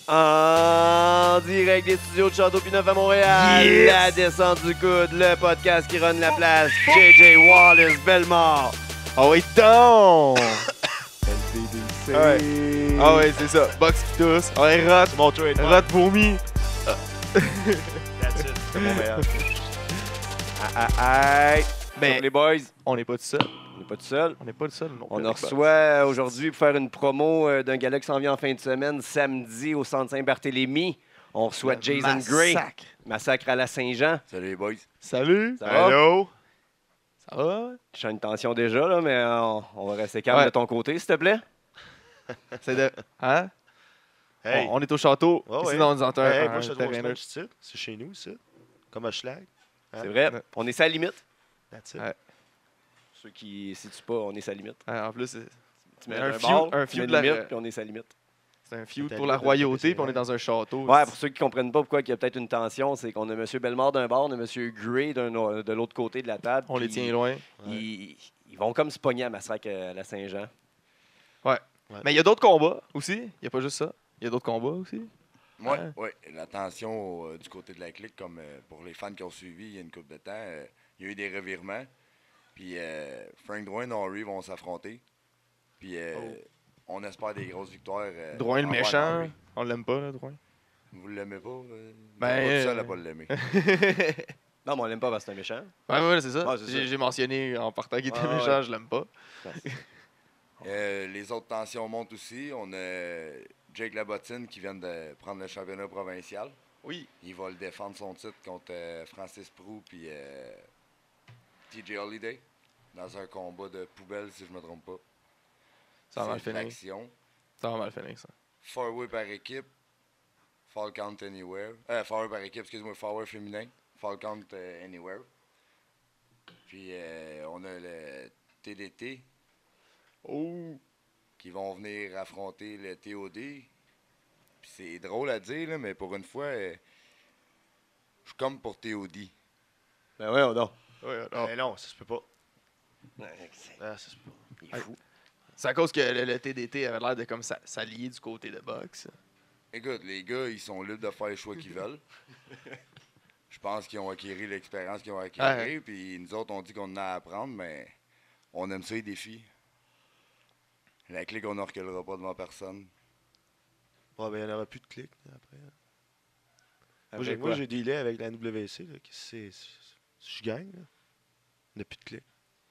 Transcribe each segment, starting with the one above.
En direct des studios de Château-Pinneuf à Montréal, Yes! La descente du coude, le podcast qui run la place, JJ Wallace Bellemare. Oh oui, donc! LDDC. Ouais. Ah ouais, c'est ça. Box qui tousse. Ouais, rot. Mon tour est Rot vomi. That's it. C'est mon meilleur. Aïe. Ben, Les boys, on n'est pas tout seul. on n'est pas tout seul. On n'est pas le seul non On plus en avec Box. reçoit aujourd'hui pour faire une promo d'un gala qui s'en vient en fin de semaine, samedi au Centre Saint-Barthélemy. On reçoit Jason Gray, Massacre. Massacre à la Saint-Jean. Salut les boys. Salut. Ça va? Hello. Ça va? Je sens une tension déjà, là, mais on va rester calme Ouais. de ton côté, s'il te plaît. C'est de... Hein? Hey. On est au château. Ouais, Ici, ouais. dans un Hey, un moi, je te terrain trouve neutre. ici. C'est chez nous, ça. Comme à Schlag. C'est vrai. Ouais. On est sa limite. That's it. Ouais. Ceux qui ne situent pas, on est sa limite. En plus, c'est Tu mets Un un feud- bar, un tu mets feud une de la- limite, puis on est sa limite. un feud T'as pour la dit de royauté, taper puis on ses est dans un château. Ouais, pour ceux qui ne comprennent pas pourquoi il y a peut-être une tension, c'est qu'on a M. Bellemare d'un bar, on a M. Gray de l'autre côté de la table. On les puis tient loin. Ils vont comme se pogner à Massacre à la Saint-Jean. Mais il y a d'autres combats aussi. Il n'y a pas juste ça. Il y a d'autres combats aussi. Oui, Ouais. ouais, la tension du côté de la clique, comme pour les fans qui ont suivi il y a une couple de temps, il y a eu des revirements. Puis Frank Drouin et Henry vont s'affronter. Puis on espère des grosses victoires. Drouin le envers méchant. Henry. On l'aime pas, là, Drouin. Vous l'aimez pas? Ben, Vous êtes pas tout seul à pas l'aimer. Non, mais on l'aime pas parce que c'est un méchant. Ouais, c'est ça. Ouais, c'est ça. J'ai mentionné en partant qu'il était Ah, méchant, ouais. je l'aime pas. Les autres tensions montent aussi. On a Jake Labottine qui vient de prendre le championnat provincial. Oui. Il va le défendre son titre contre Francis Proulx puis TJ Holiday dans un combat de poubelle, si je me trompe pas. Ça va mal C'est de finir. l'action. Ça va mal finir, ça. Four-way par équipe. Fall count anywhere. Four-way par équipe, excuse-moi. Four-way féminin. Fall count anywhere. Puis on a le TDT Oh! qui vont venir affronter le TOD. Puis c'est drôle à dire, là, mais pour une fois, je suis comme pour TOD. Ben ouais, non. Ouais, Mais non, ça se peut pas. Ah, ça se peut pas. Il est fou. c'est à cause que le TDT avait l'air de comme s'allier du côté de boxe. Écoute, les gars, ils sont libres de faire les choix qu'ils veulent. Je pense qu'ils ont acquis l'expérience qu'ils ont acquis. Ouais. Puis nous autres, on dit qu'on en a à apprendre, mais on aime ça les défis. La clique, on ne reculera pas devant personne. Ouais, ben, il n'y en aura plus de clics là, après. Avec Moi, quoi? j'ai dealé avec la WC. Là, je gagne. Là. Il n'y a plus de clics.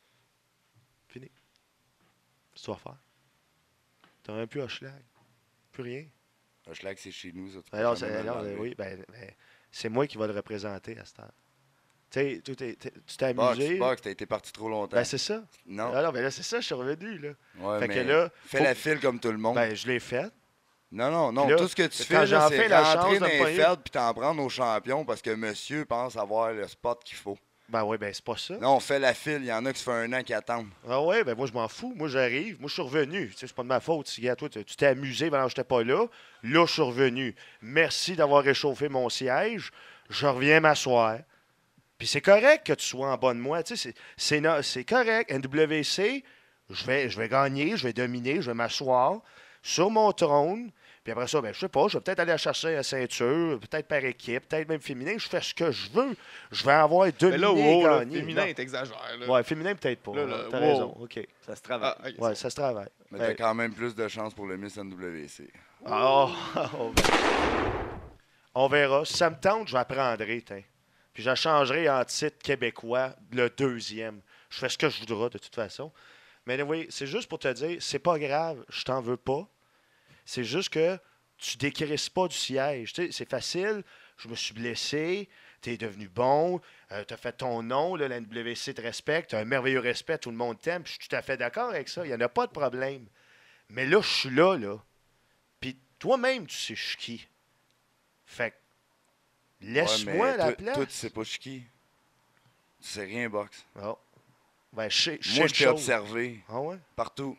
Fini. C'est toi à faire. T'as même plus Schlag. Plus rien. Le schlag, c'est chez nous, ça. Tu peux Alors, jamais me l'enlever. oui, ben, c'est moi qui va le représenter à cette heure. Tu sais, tu t'es Box, amusé. box, t'as été parti trop longtemps. Ben, c'est ça. non. Alors, ben là, c'est ça, je suis revenu. Là. Ouais, fait mais que là, fais faut- la file comme tout le monde. Ben, je l'ai fait. non. Puis là, Tout ce que tu quand fais, j'en là, fais c'est la rentrer chance de dans me les pogner- fêtes puis t'en prendre aux champions parce que monsieur pense avoir le spot qu'il faut. Ben oui, ben c'est pas ça. Non, on fait la file. Il y en a qui ça fait un an qui attendent. Ah ouais, ben moi je m'en fous. Moi j'arrive, moi je suis revenu. Tu sais, c'est pas de ma faute. Si, gars, toi, tu t'es amusé pendant que j'étais pas là. Là, je suis revenu. Merci d'avoir réchauffé mon siège. Je reviens m'asseoir. Puis c'est correct que tu sois en bas de moi. Tu sais, c'est correct. NWC, je vais gagner, je vais dominer, je vais m'asseoir sur mon trône. Puis après ça, ben, je sais pas, je vais peut-être aller chercher la ceinture, peut-être par équipe, peut-être même féminin. Je fais ce que je veux. Je vais avoir dominé Mais là, et wow, là, gagné. féminin, Non. t'exagères. Là. Ouais, féminin peut-être pas. Là, Hein, là, t'as wow. raison. OK. Ça se travaille. Ah, ok, Ouais, ça se travaille. Mais Ouais. t'as quand même plus de chance pour le Miss NWC. Oh, on verra. Si ça me tente, je l'apprendrai. Puis je la changerai en titre québécois, le deuxième. Je fais ce que je voudrais de toute façon. Mais oui, c'est juste pour te dire, c'est pas grave, je t'en veux pas. C'est juste que tu décrisses pas du siège. Tu sais, c'est facile, je me suis blessé, tu es devenu bon, tu as fait ton nom, là, la NWC te respecte, tu as un merveilleux respect, tout le monde t'aime, puis je suis tout à fait d'accord avec ça, il n'y en a pas de problème. Mais là, je suis là. Puis toi-même, tu sais je suis qui. Fait que laisse-moi Ouais, mais la toi, place. toi, tu sais pas je suis qui. Tu sais rien, box. Oh. Ben, je sais Moi, une je t'ai chose. observé Ah ouais? partout.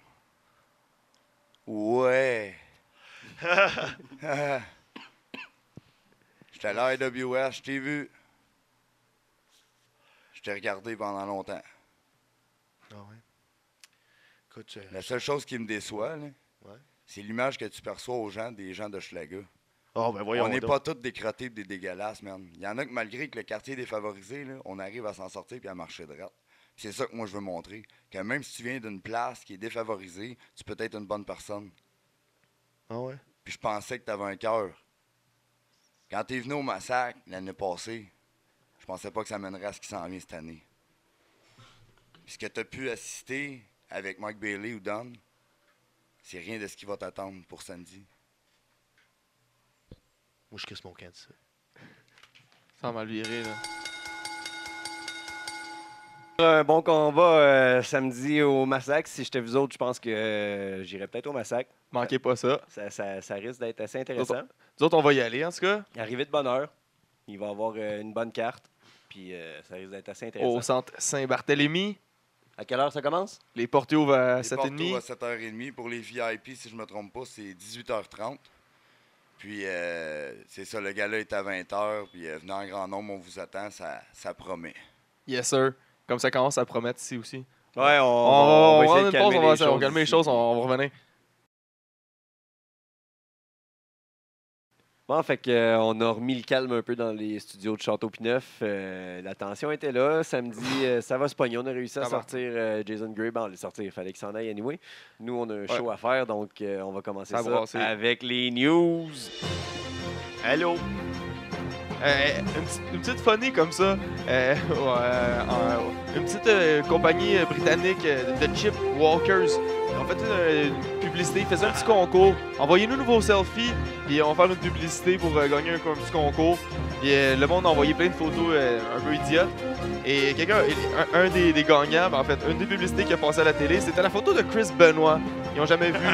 Ouais. J'étais à l'IWS, je t'ai vu. Je t'ai regardé pendant longtemps. Ah ouais. Écoute, La seule chose qui me déçoit, là, Ouais. c'est l'image que tu perçois aux gens des gens de Schlager. Oh, ben voyons On n'est donc. pas tous des crottés et des dégueulasses, man. Il y en a que malgré que le quartier est défavorisé, là, on arrive à s'en sortir et à marcher droit. C'est ça que moi je veux montrer. Que même si tu viens d'une place qui est défavorisée, tu peux être une bonne personne. Ah ouais? Puis je pensais que tu avais un cœur. Quand tu es venu au massacre l'année passée, je pensais pas que ça mènerait à ce qui s'en vient cette année. Puis ce que tu as pu assister avec Mike Bailey ou Don, c'est rien de ce qui va t'attendre pour samedi. Moi, je crisse mon camp de ça. Ça m'a viré, là. Un bon combat samedi au Massacre. Si j'étais vous autres, je pense que j'irais peut-être au Massacre. Manquez pas ça. Ça risque d'être assez intéressant. Nous autres, on va y aller, en tout cas. Arrivé de bonne heure. Il va avoir une bonne carte. Puis ça risque d'être assez intéressant. Au centre Saint-Barthélemy. À quelle heure ça commence? Les portes ouvrent à Les portes 7h30. ouvrent à 7h30. Pour les VIP, si je ne me trompe pas, c'est 18h30. Puis, c'est ça, le gala est à 20h. Puis, venez en grand nombre, on vous attend, ça promet. Yes, sir. Comme ça commence à promettre ici aussi. Ouais, On va va essayer de calmer les choses. on va calmer les ici. choses, on va revenir. Bon, fait que, on a remis le calme un peu dans les studios de Château-Pineuf. La tension était là. Samedi, ça va se pogner. On a réussi à Ça va. sortir Jason Gray. Bon, on l'a sorti, il fallait qu'il s'en aille anyway. Nous, on a un Ouais. show à faire, donc on va commencer Ça ça, va brasser. avec les news. Allô? Une petite funny comme ça. Une petite compagnie britannique de chip Walkers. Ils ont fait une publicité, ils faisaient un petit concours. Envoyez-nous vos selfies, puis on va faire une publicité pour gagner un petit concours. Puis le monde a envoyé plein de photos un peu idiotes. Et un des gagnants, en fait, une des publicités qui a passé à la télé, c'était la photo de Chris Benoit. Ils n'ont jamais vu.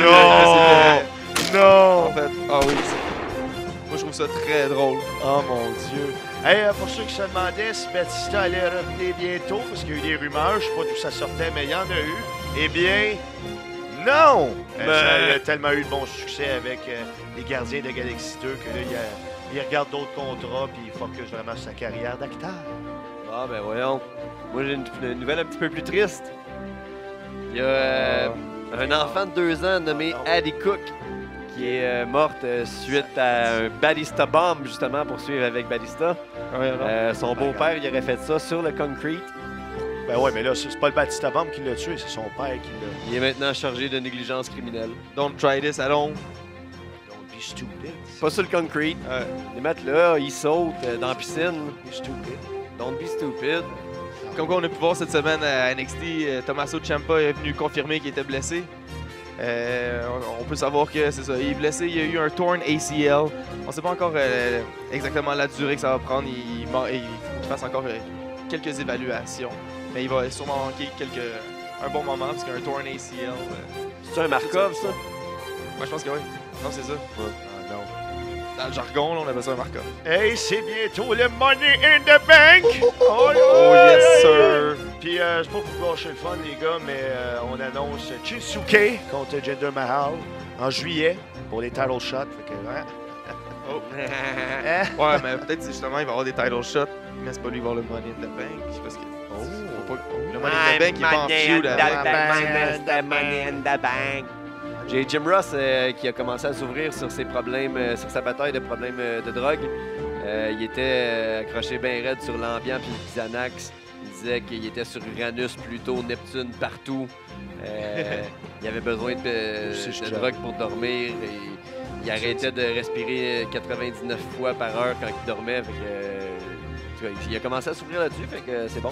Non! En fait, ah oui. Moi, je trouve ça très drôle. Oh mon Dieu. Hey, pour ceux qui se demandaient si Batista allait revenir bientôt, parce qu'il y a eu des rumeurs, je sais pas d'où ça sortait, mais il y en a eu. Eh bien, non! Ça a tellement eu de bon succès avec les gardiens de Galaxy 2 que là, il regarde d'autres contrats puis il focus vraiment sur sa carrière d'acteur. Ah, ben voyons. Moi, j'ai une nouvelle un petit peu plus triste. Il y a un enfant de 2 ans nommé Addie Cook qui est morte suite à un Batista bomb, justement, pour suivre avec Batista. Son beau-père, il aurait fait ça sur le concrete. Ben ouais, mais là, c'est pas le Batista Bomb qui l'a tué, c'est son père qui l'a. Il est maintenant chargé de négligence criminelle. Don't try this at home. Don't be stupid. Pas sur le concrete. Les matelas, ils sautent dans la piscine. Be stupid. Don't be stupid. Comme on a pu voir cette semaine à NXT, Tommaso Ciampa est venu confirmer qu'il était blessé. On peut savoir que c'est ça, il est blessé, il y a eu un torn ACL. On ne sait pas encore exactement la durée que ça va prendre. Il faut qu'il fasse encore quelques évaluations. Mais il va sûrement manquer un bon moment parce qu'un torn ACL. C'est un Markov, ça? Moi, je pense que oui. Non, c'est ça. Ah non. Dans le jargon, là, on appelle ça un Markov. Hey, c'est bientôt le Money in the Bank! Oh, Oh yes, sir! Puis, c'est pas pour gâcher le fun, les gars, mais on annonce Shinsuke contre Jinder Mahal en juillet pour les title shots. Fait que, hein? Oh. Hein? Ouais, mais peut-être justement, il va avoir des title shots, mais c'est pas lui qui va avoir le Money in the Bank. Parce que le Money in the Bank, il est pas en feud avec. J'ai Jim Ross qui a commencé à s'ouvrir sur ses problèmes, sur sa bataille de problèmes de drogue. Il était accroché bien raide sur l'ambiance puis le Xanax. Il disait qu'il était sur Uranus, Pluto, Neptune, partout. Il avait besoin de drogue pour dormir. Et il arrêtait de respirer 99 fois par heure quand il dormait. Fait que, il a commencé à s'ouvrir là-dessus, fait que c'est bon.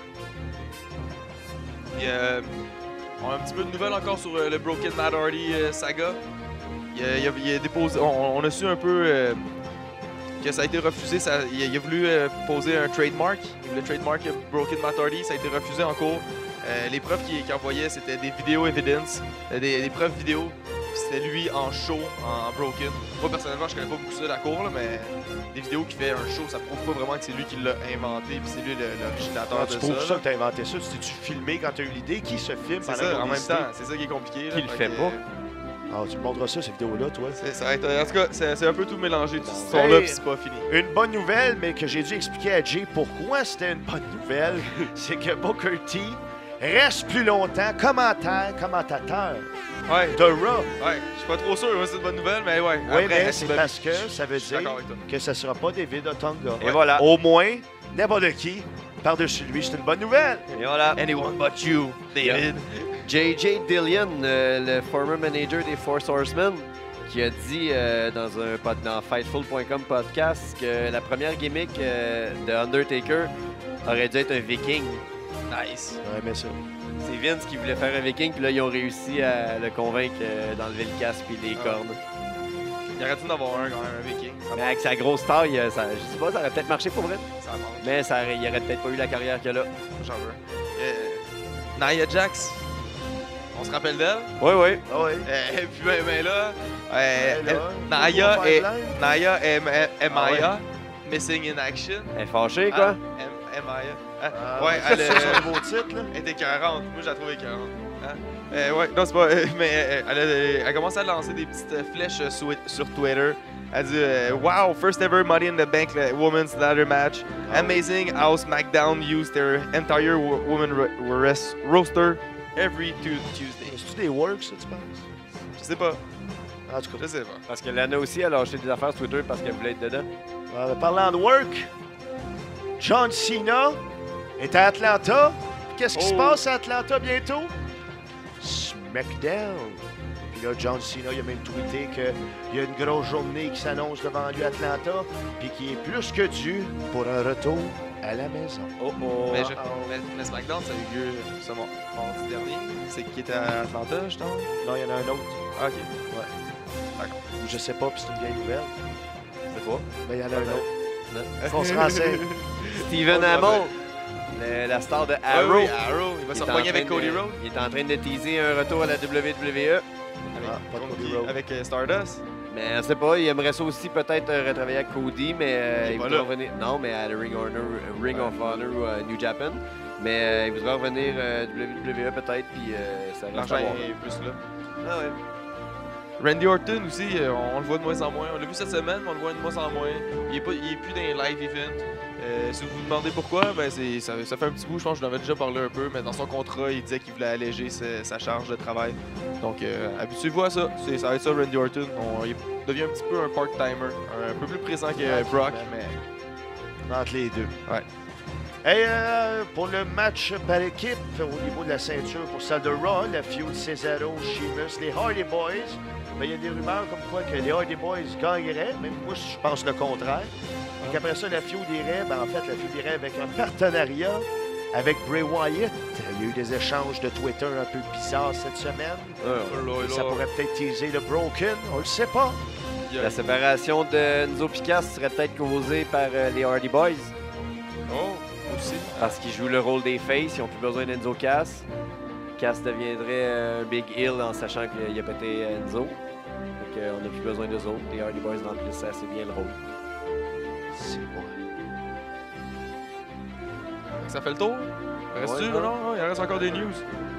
Puis, on a un petit peu de nouvelles encore sur le Broken Matt Hardy saga. Il a déposé, on a su un peu que ça a été refusé. Il a voulu poser un trademark. Il voulait trademark Broken Matt Hardy. Ça a été refusé en cours. Les preuves qu'il envoyait, c'était des vidéo evidence, des preuves vidéo. C'était lui en show, en Broken. Moi, personnellement, je connais pas beaucoup ça, la cour, là, mais des vidéos qui fait un show, ça prouve pas vraiment que c'est lui qui l'a inventé, puis c'est lui l'originateur de Tu ça. trouves ça que t'as inventé ça? Tu t'es-tu filmé quand t'as eu l'idée? Qui se filme C'est pendant ça, qu'on en même décidait? temps, c'est ça qui est compliqué. Qui le fait pas? Ah, tu me montreras ça, cette vidéo-là, toi? Ça va être, en tout cas, c'est un peu tout mélangé, tout ce son-là, puis c'est pas fini. Une bonne nouvelle, mais que j'ai dû expliquer à Jay pourquoi c'était une bonne nouvelle, c'est que Booker T reste plus longtemps commentateur Ouais, de Raw. ouais. Je suis pas trop sûr, c'est une bonne nouvelle, mais ouais. Oui, Après, mais c'est Bobby, parce que ça veut je suis dire d'accord avec toi. que ça sera pas David Otunga. Et voilà. Au moins, n'importe qui par-dessus lui, c'est une bonne nouvelle. Et voilà. Anyone but you, David. J.J. Dillon, le former manager des Force Horsemen, qui a dit dans Fightful.com podcast que la première gimmick de Undertaker aurait dû être un viking. Nice. J'aurais aimé ça. C'est Vince qui voulait faire un viking, puis là, ils ont réussi à le convaincre d'enlever le casque et les cornes. Il aurait dû en avoir un quand même, un viking. Mais avec sa grosse taille, je sais pas, ça aurait peut-être marché pour vrai. Ça marche. Mais il aurait peut-être pas eu la carrière qu'il a là. J'en veux. Nia Jax. On se rappelle d'elle? Oui, oui. Ah oui. Et puis ben là, Naya Naya et Ah Maya, Missing in Action. Elle est fâchée, quoi. Maya. Ouais, elle elle a son nouveau titre, là. elle était 40. Moi, je la trouvais 40. Hein? Ouais, non, c'est pas. Mais elle a commencé à lancer des petites flèches sur Twitter. Elle dit Wow, first ever Money in the Bank Women's Ladder Match. Amazing how SmackDown used their entire woman roster every Tuesday. C'est-tu des works, ça, tu penses? Je sais pas. En tout cas. Je sais pas. Parce que Lana aussi a lâché des affaires sur Twitter parce qu'elle voulait être dedans. Parlant de work, John Cena est à Atlanta. Qu'est-ce qui se passe à Atlanta bientôt? SmackDown. Puis là, John Cena, il a même tweeté qu'il y a une grosse journée qui s'annonce devant lui à Atlanta, puis qui est plus que dû pour un retour à la maison. Oh oh. Mais SmackDown, ça a eu lieu ce mardi dernier. C'est qui était à Atlanta, je pense? Non, il y en a un autre. Ah, ok. D'accord. Je sais pas, puis c'est une vieille nouvelle. Je sais pas. Mais il y en a un autre. Non. On se renseigne. Steven Amell, la star de Arrow. Oui, Arrow. Il va se repoigner avec Cody Rhodes. Il est en train de teaser un retour à la WWE. Pas de Cody Rhodes. Avec Stardust. Mais je sais pas, il aimerait ça aussi peut-être retravailler avec Cody, mais Il est il pas voudrait là. revenir. Non, mais à la Ring of Honor ou New Japan. Mais il voudrait revenir WWE peut-être, puis ça reste à L'argent voir. est plus là. Ah ouais. Randy Orton aussi, on le voit de moins en moins. On l'a vu cette semaine, mais on le voit de moins en moins. Il est plus dans les live events. Si vous vous demandez pourquoi, ben ça fait un petit bout, je pense que je l'avais déjà parlé un peu, mais dans son contrat, il disait qu'il voulait alléger sa charge de travail. Donc, habituez-vous à ça. Ça va être ça, Randy Orton. Il devient un petit peu un part-timer, un peu plus présent que Brock, mais... Entre les deux. Ouais. Et pour le match par équipe, au niveau de la ceinture pour celle de Raw, la feud Cesaro, Sheamus, les Hardy Boys, ben, il y a des rumeurs comme quoi que les Hardy Boys gagneraient, même moi je pense le contraire. Et qu'après ça, la feud irait, ben, en fait, la feud irait avec un partenariat avec Bray Wyatt. Il y a eu des échanges de Twitter un peu bizarres cette semaine. Et ça pourrait peut-être teaser le Broken, on le sait pas. La séparation de Enzo Picasso serait peut-être causée par les Hardy Boys. Oh, aussi. Parce qu'ils jouent le rôle des Faces, ils n'ont plus besoin d'Enzo Cass. Cass deviendrait un Big Hill en sachant qu'il a pété Enzo. Donc on n'a plus besoin d'eux autres. Les Hardy Boys remplissent assez bien le rôle. C'est bon. Ça fait le tour? Reste-tu? Ouais, Non, il reste encore des news.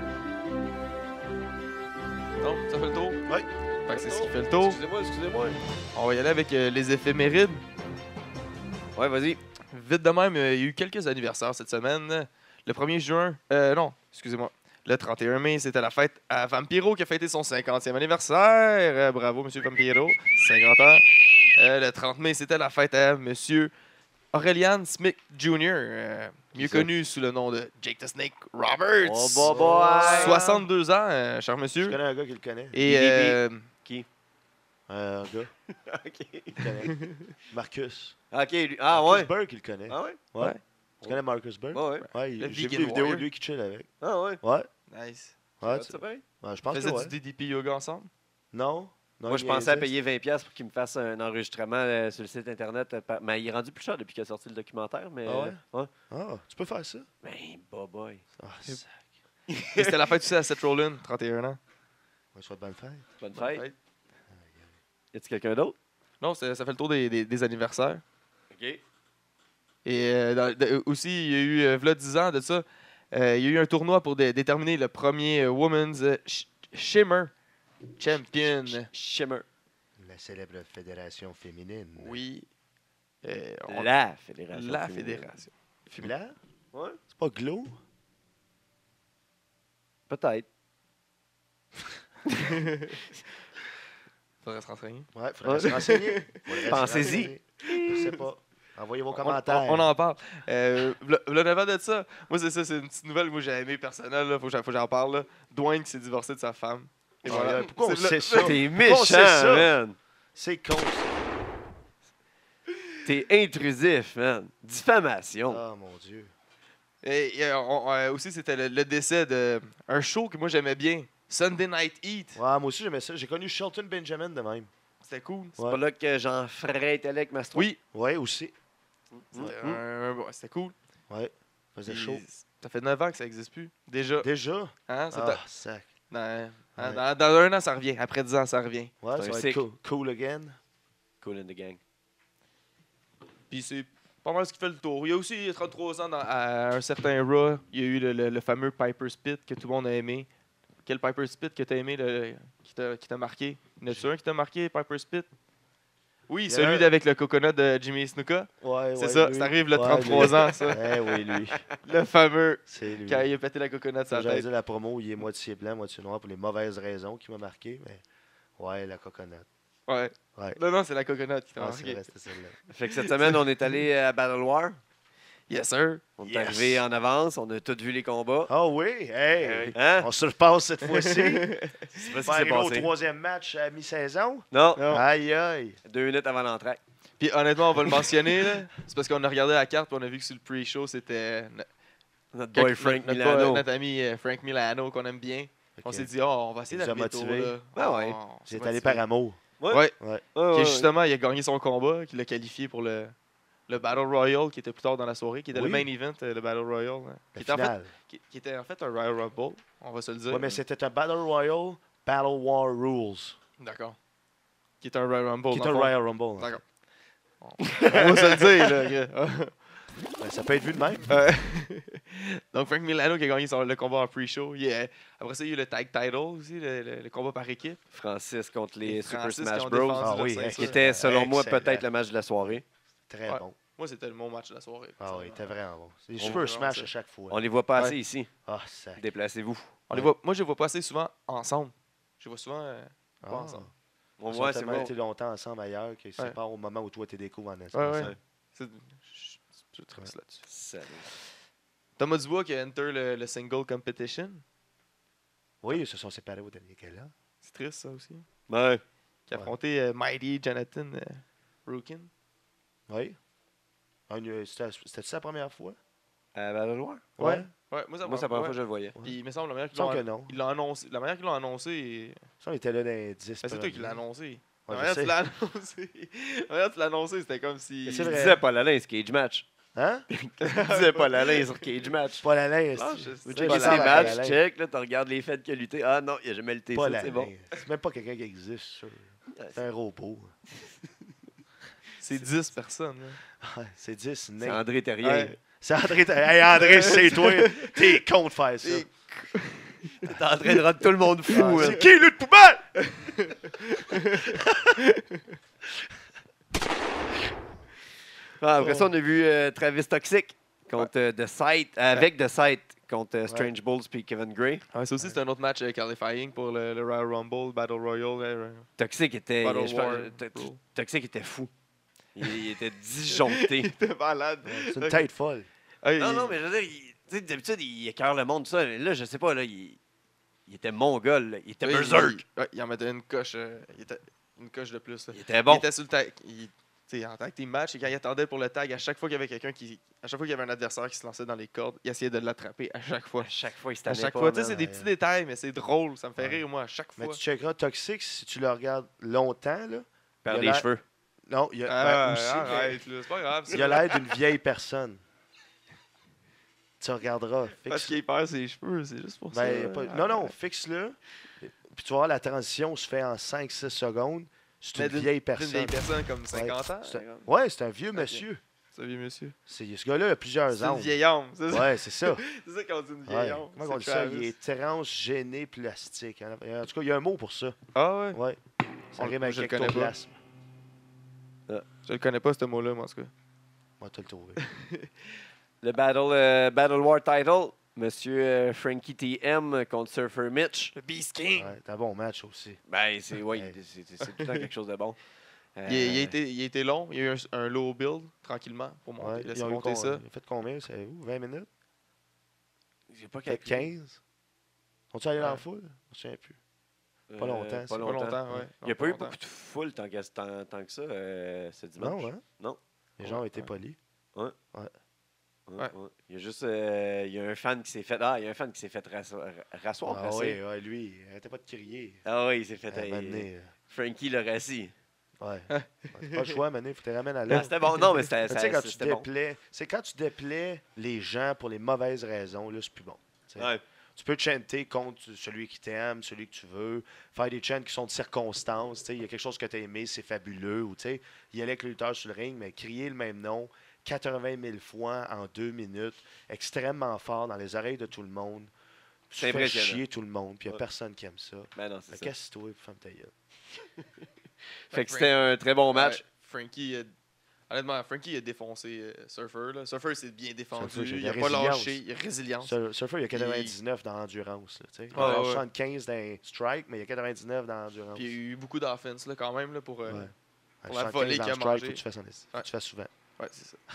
Non, ça fait le tour? Oui. Fait que c'est ce qui fait le tour. Excusez-moi. On va y aller avec les éphémérides. Ouais, vas-y. Vite de même, il y a eu quelques anniversaires cette semaine. Le 1er juin, non, excusez-moi. Le 31 mai, c'était la fête à Vampiro qui a fêté son 50e anniversaire. Bravo, Monsieur Vampiro, 50 ans. Le 30 mai, c'était la fête à Monsieur Aurelian Smith Jr., mieux connu sous le nom de Jake the Snake Roberts. Oh, boy! 62 ans, cher Je monsieur. connais un gars qui le connaît. Et Qui? Un gars OK. qui le connaît. Marcus. OK, lui. Ah, Marcus ouais? Burke, il le connaît. Ah, ouais? Ouais. Tu connais Marcus Burke? Ouais, ouais. Ouais, Le j'ai vu Vegan des vidéos de Warrior. lui qui chill avec. Ah, ouais. Ouais. nice. Ouais, Ça pareil? ouais, je pense que Faisait ouais. du DDP yoga ensemble? Non. Non, Moi, il je pensais à niaisait. payer 20$ pour qu'il me fasse un enregistrement sur le site Internet. Mais il est rendu plus cher depuis qu'il a sorti le documentaire. Mais, Ah ouais? ouais. Ah, tu peux faire ça? Ben, boy. Ah, sac. Et c'était la fête aussi à Seth Rollins, 31 ans. Ouais, soit de bonne fête. Bonne Bonne fête. fête. Y a-t-il quelqu'un d'autre? Non, ça fait le tour des anniversaires. OK. Et aussi, il y a eu, v'là 10 ans de ça, il y a eu un tournoi pour déterminer le premier Women's Shimmer Champion. Shimmer. La célèbre fédération féminine. Oui. La fédération. La féminine. fédération. Là? Ouais. C'est pas Glow? Peut-être. Faudrait se renseigner. Ouais, faudrait se renseigner. Faudrait se Pensez-y. renseigner. Je sais pas. Envoyez vos commentaires. On en parle. Avant de ça, moi, c'est ça, c'est une petite nouvelle que moi j'ai aimée personnelle. Là, faut que j'en parle. Là. Dwayne qui s'est divorcé de sa femme. Et voilà. Pourquoi on C'est sait ça? T'es Pourquoi on sait méchant, ça? man. C'est con, ça. T'es intrusif, man. Diffamation. Oh, mon Dieu. Et aussi, c'était le décès d'un show que moi j'aimais bien. Sunday Night Heat. Ouais, moi aussi, j'aimais ça. J'ai connu Shelton Benjamin de même. C'était cool. C'est pas là que Jean Fray était là avec Mastro. Oui. Ouais, aussi. C'était cool. Ouais. Faisait Puis, chaud. Ça fait 9 ans que ça n'existe plus. Déjà. Déjà? Hein, Ah, sac. dans, Ouais. dans 1 an, ça revient. Après 10 ans, ça revient. Ouais, C'est ça un va sick. être cool again. Cool in the gang. Puis c'est pas mal ce qui fait le tour. Il y a aussi, il y a 33 ans, à un certain Raw, il y a eu le fameux Piper's Pit que tout le monde a aimé. Quel Piper's Pit que tu as aimé, qui t'a marqué? Y en a-tu un qui t'a marqué, Piper's Pit? Oui, Il y en celui a- avec le coconut de Jimmy Snuka. Ouais, C'est ouais, ça, lui. ça arrive le Ouais, 33 lui. ans, ça. Eh oui, lui. Le fameux, C'est lui. quand il a pété la coconut sur Ça, sa j'allais tête. dire la promo, il est moitié blanc, moitié noir pour les mauvaises raisons qui m'a marqué, mais ouais, la coconut. Ouais. Ouais. Non, c'est la coconut qui t'a Ah, c'est marqué. vrai, c'était celle-là. Fait que cette semaine, on est allé à Battle War. Yes, sir. On est Yes. arrivé en avance. On a tous vu les combats. Ah oui, hey! Hein? On se repasse cette fois-ci. Je sais pas Pas ce qui s'est arrivé au passé. troisième match à mi-saison. Non. Non. Aïe, aïe. 2 minutes avant l'entrée. Puis honnêtement, on va le mentionner, là. C'est parce qu'on a regardé la carte et on a vu que sur le pre-show, c'était Notre boy Frank Milano. notre ami Frank Milano qu'on aime bien. On s'est dit, on va essayer Il nous a d'arriver tôt, motivés. là. Ah ouais. On s'est J'ai allé motivés. par amour. Ouais. Ouais, Qui ouais. justement, il a gagné son combat, qu'il a qualifié pour le Battle Royale qui était plus tard dans la soirée, qui était Oui. le main event, le Battle Royale. Hein, La qui, était en fait, finale. qui était en fait un Royal Rumble, on va se le dire. Ouais, mais c'était un Battle Royale, Battle War Rules. D'accord. Qui est un Royal Rumble. Qui est dans un le fond. Royal Rumble. D'accord. On va se le dire, là. gars. Ben, ça peut être vu de même. Donc, Frank Milano qui a gagné le combat en pre-show. Après ça, il y a eu le tag title aussi, le combat par équipe. Francis contre les Les Super Francis Smash qui ont Bros. défendu Ah leur oui, ceinture. Qui était, selon moi, Excellent. peut-être le match de la soirée. Très Ouais. bon. Moi, c'était mon match de la soirée. Ah oui, il était vraiment bon. Les On Super veut Smash vraiment à chaque fois. On les voit pas Ouais. assez ici. Ah, ça. Déplacez-vous. Moi, je les vois pas assez souvent ensemble. Je les vois souvent pas ensemble. On Ils voit, ont c'est tellement bon. été longtemps ensemble ailleurs que c'est Ouais. pas au moment où toi tu découvres en Ouais, essence. ouais. Je trace là-dessus. Salut. Thomas Dubois qui a enter le single competition. Oui, ils se sont séparés au dernier gala. C'est triste, ça aussi. Ouais. Qui a Ouais. affronté Mighty Jonathan Rookin. Oui. C'était sa première fois? À Battle War? Ouais. Ouais, moi, ça Moi, c'est la première ouais. fois que je le voyais. Puis il me semble la manière Il me semble qu'ils que non. l'ont annoncé. La manière qu'ils l'ont annoncé. Ça, on était là dans les 10 Ben, c'est toi qui premiers. l'as annoncé. Ouais, La manière je tu l'as annoncé. La manière tu l'as annoncé, c'était comme si. Mais Il c'est vrai. disait Paul Alain, c'est Cage Match. Hein? Il disait Paul Alain sur Cage Match. Pas la laine. Ah, c'est- je sais. Check Check les ses armes à matchs, Paul Alain. check, là, tu regardes les fêtes qu'il a lutté. Ah non, il a jamais lutté Pas ça, la c'est bon. laine. C'est même pas quelqu'un qui existe, sûr. C'est un robot. C'est 10 personnes. là. Ouais, c'est 10 C'est nains. André Terrier. Ouais. C'est André. Hey, André, c'est toi. T'es con de faire ça. T'es en train de rendre tout le monde fou. Ah, hein. c'est qui, lui, de poubelle? Ah, après ça, on a vu Travis Toxic contre The Sight, avec The Sight contre Strange Bulls puis Kevin Gray. Ouais, ça aussi, c'est un autre match qualifying pour le Royal Rumble, Battle Royale. Toxic était, Battle je War, pense- bro. Toxic était fou. Il était disjoncté. C'était malade. C'est une tête folle. Non, non, mais je veux dire, tu sais, d'habitude, il écœure le monde, tout ça. Mais là, je sais pas, là, il était mongol, là. Il était berserk. Il en mettait une coche. Il était une coche de plus. Là. Il était bon. Il était sur le tag. En tag team match, et quand il attendait pour le tag, à chaque fois qu'il y avait quelqu'un qui. À chaque fois qu'il y avait un adversaire qui se lançait dans les cordes, il essayait de l'attraper à chaque fois. À chaque fois, il se À tannait chaque pas, fois. Tu sais, man. c'est des petits détails, mais c'est drôle. Ça me fait Ouais. rire, moi, à chaque Mais fois. tu checkeras Toxic si tu le regardes longtemps, là. Perd il des a cheveux. Non, il y a Ah, aussi, arrête, là, c'est pas grave. il a l'air d'une vieille personne. Tu regarderas. Parce Fixe. qu'il perd ses cheveux, c'est juste pour Ben, ça. pas- non, non, fixe-le. Puis tu vas voir, la transition se fait en 5-6 secondes. C'est Mais une d'une- vieille Une personne. vieille personne comme 50 ans. C'est ouais, c'est un vieux Ok. monsieur. C'est un vieux monsieur. Ce gars-là a plusieurs C'est une ans. vieille âme. C'est ça, Ouais, c'est ça. c'est ça qu'on dit une Ouais. vieille âme. Comment on dit C'est ça? Travis. Il est transgéné plastique. En tout cas, il y a un mot pour ça. Ah ouais? Ouais. Ça rime avec je le connais pas. ectoplasme. Je le connais pas, ce mot-là, moi, en tout cas. On va te le trouver. Le Battle War title, Monsieur Frankie TM contre Surfer Mitch. Le Beast King. Ouais, c'est un bon match aussi. Ben, c'est Ouais. c'est tout le temps quelque chose de bon. Il a été long. Il y a eu un low build, tranquillement, pour Ouais, monter, ils laisser ont eu monter ça. Ils ont fait combien? C'est où? 20 minutes? J'ai pas Peut-être calculé. 15? Sont-ils allés dans Ouais. la foule? Je me souviens plus. Pas longtemps, Pas c'est Pas longtemps. longtemps, ouais. Il n'y a pas eu beaucoup de foule tant que ça ce dimanche. Non, hein? Non. Les gens ont été Ouais. polis. Ouais, Ouais. ouais. Il y a juste il y a un fan qui s'est fait rasseoir. Ah rasser. oui, lui, il arrêtait pas de crier. Ah oui, il s'est fait À un moment donné, Frankie l'a rassis. ouais. Ouais, c'est pas le choix, Mané. Faut que tu les ramènes à Ah, l'heure. c'était bon. Non, mais Mais tu sais, quand tu c'était bon. déplais, c'est quand tu déplais les gens pour les mauvaises raisons, là, c'est plus bon. Tu sais. Ouais. Tu peux chanter contre celui qui t'aime, celui que tu veux, faire des chants qui sont de circonstances. Tu sais, il y a quelque chose que tu as aimé, c'est fabuleux. Ou tu sais, y aller avec le lutteur sur le ring, mais crier le même nom 80 000 fois en 2 minutes, extrêmement fort dans les oreilles de tout le monde. Tu C'est fais impressionnant. chier tout le monde, puis il n'y a Ouais. personne qui aime ça. Ben non, c'est Mais ça. qu'est-ce que tu femme ta gueule? Fait que c'était un très bon match. Ouais, Frankie, honnêtement, Frankie a défoncé Surfer. Là. Surfer s'est bien défendu. Surfer, j'ai Il a de pas la résilience. lâché. Il a résilience. Surfer, il y a 99 dans l'endurance. Là, tu sais. Il Ouais, a ouais. 75 dans les strike, mais il y a 99 dans l'endurance. Puis il y a eu beaucoup d'offense là, quand même là, pour. Ouais. pour la 75 volée dans qu'il a le strike, mangé. faut que tu fasses en esti. Faut que tu fasses souvent. Ouais, c'est ça.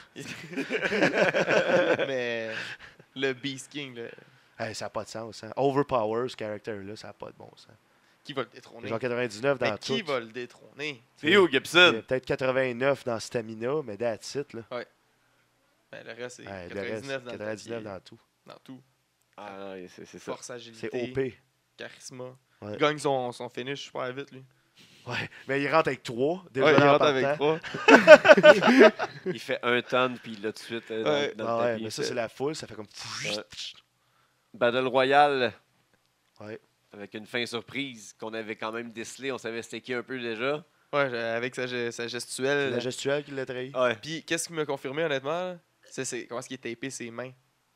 Mais le Beast King, là, Hey, ça n'a pas de sens. Hein. Overpower, ce character-là, ça n'a pas de bon sens. qui va le détrôner? Genre 99 dans Mais qui tout. va le détrôner? C'est où, Il y Gibson? a peut-être 89 dans Stamina, mais that's it. Là. Ben, le reste, c'est Hey, le reste, 99 dans 99 le dans tout. dans tout. Ah non, c'est ça. Force, agilité, C'est OP. charisme. Ouais. Il gagne son finish super vite, lui. Ouais. Mais il rentre avec 3. Déjà Ouais, il là, en rentre avec partant. 3. Il fait un tonne, puis il l'a tout de suite Ouais. dans Ah le ouais, tapis. mais ça, c'est la foule. Ça fait comme... Ouais. Battle Royale. Ouais. Avec une fin surprise qu'on avait quand même décelée. On savait c'était qui un peu déjà. Ouais, avec sa C'est gestuelle. la gestuelle qui l'a trahi. Ouais. Puis, qu'est-ce qui m'a confirmé, honnêtement, là, c'est comment est-ce qu'il a tapé ses mains.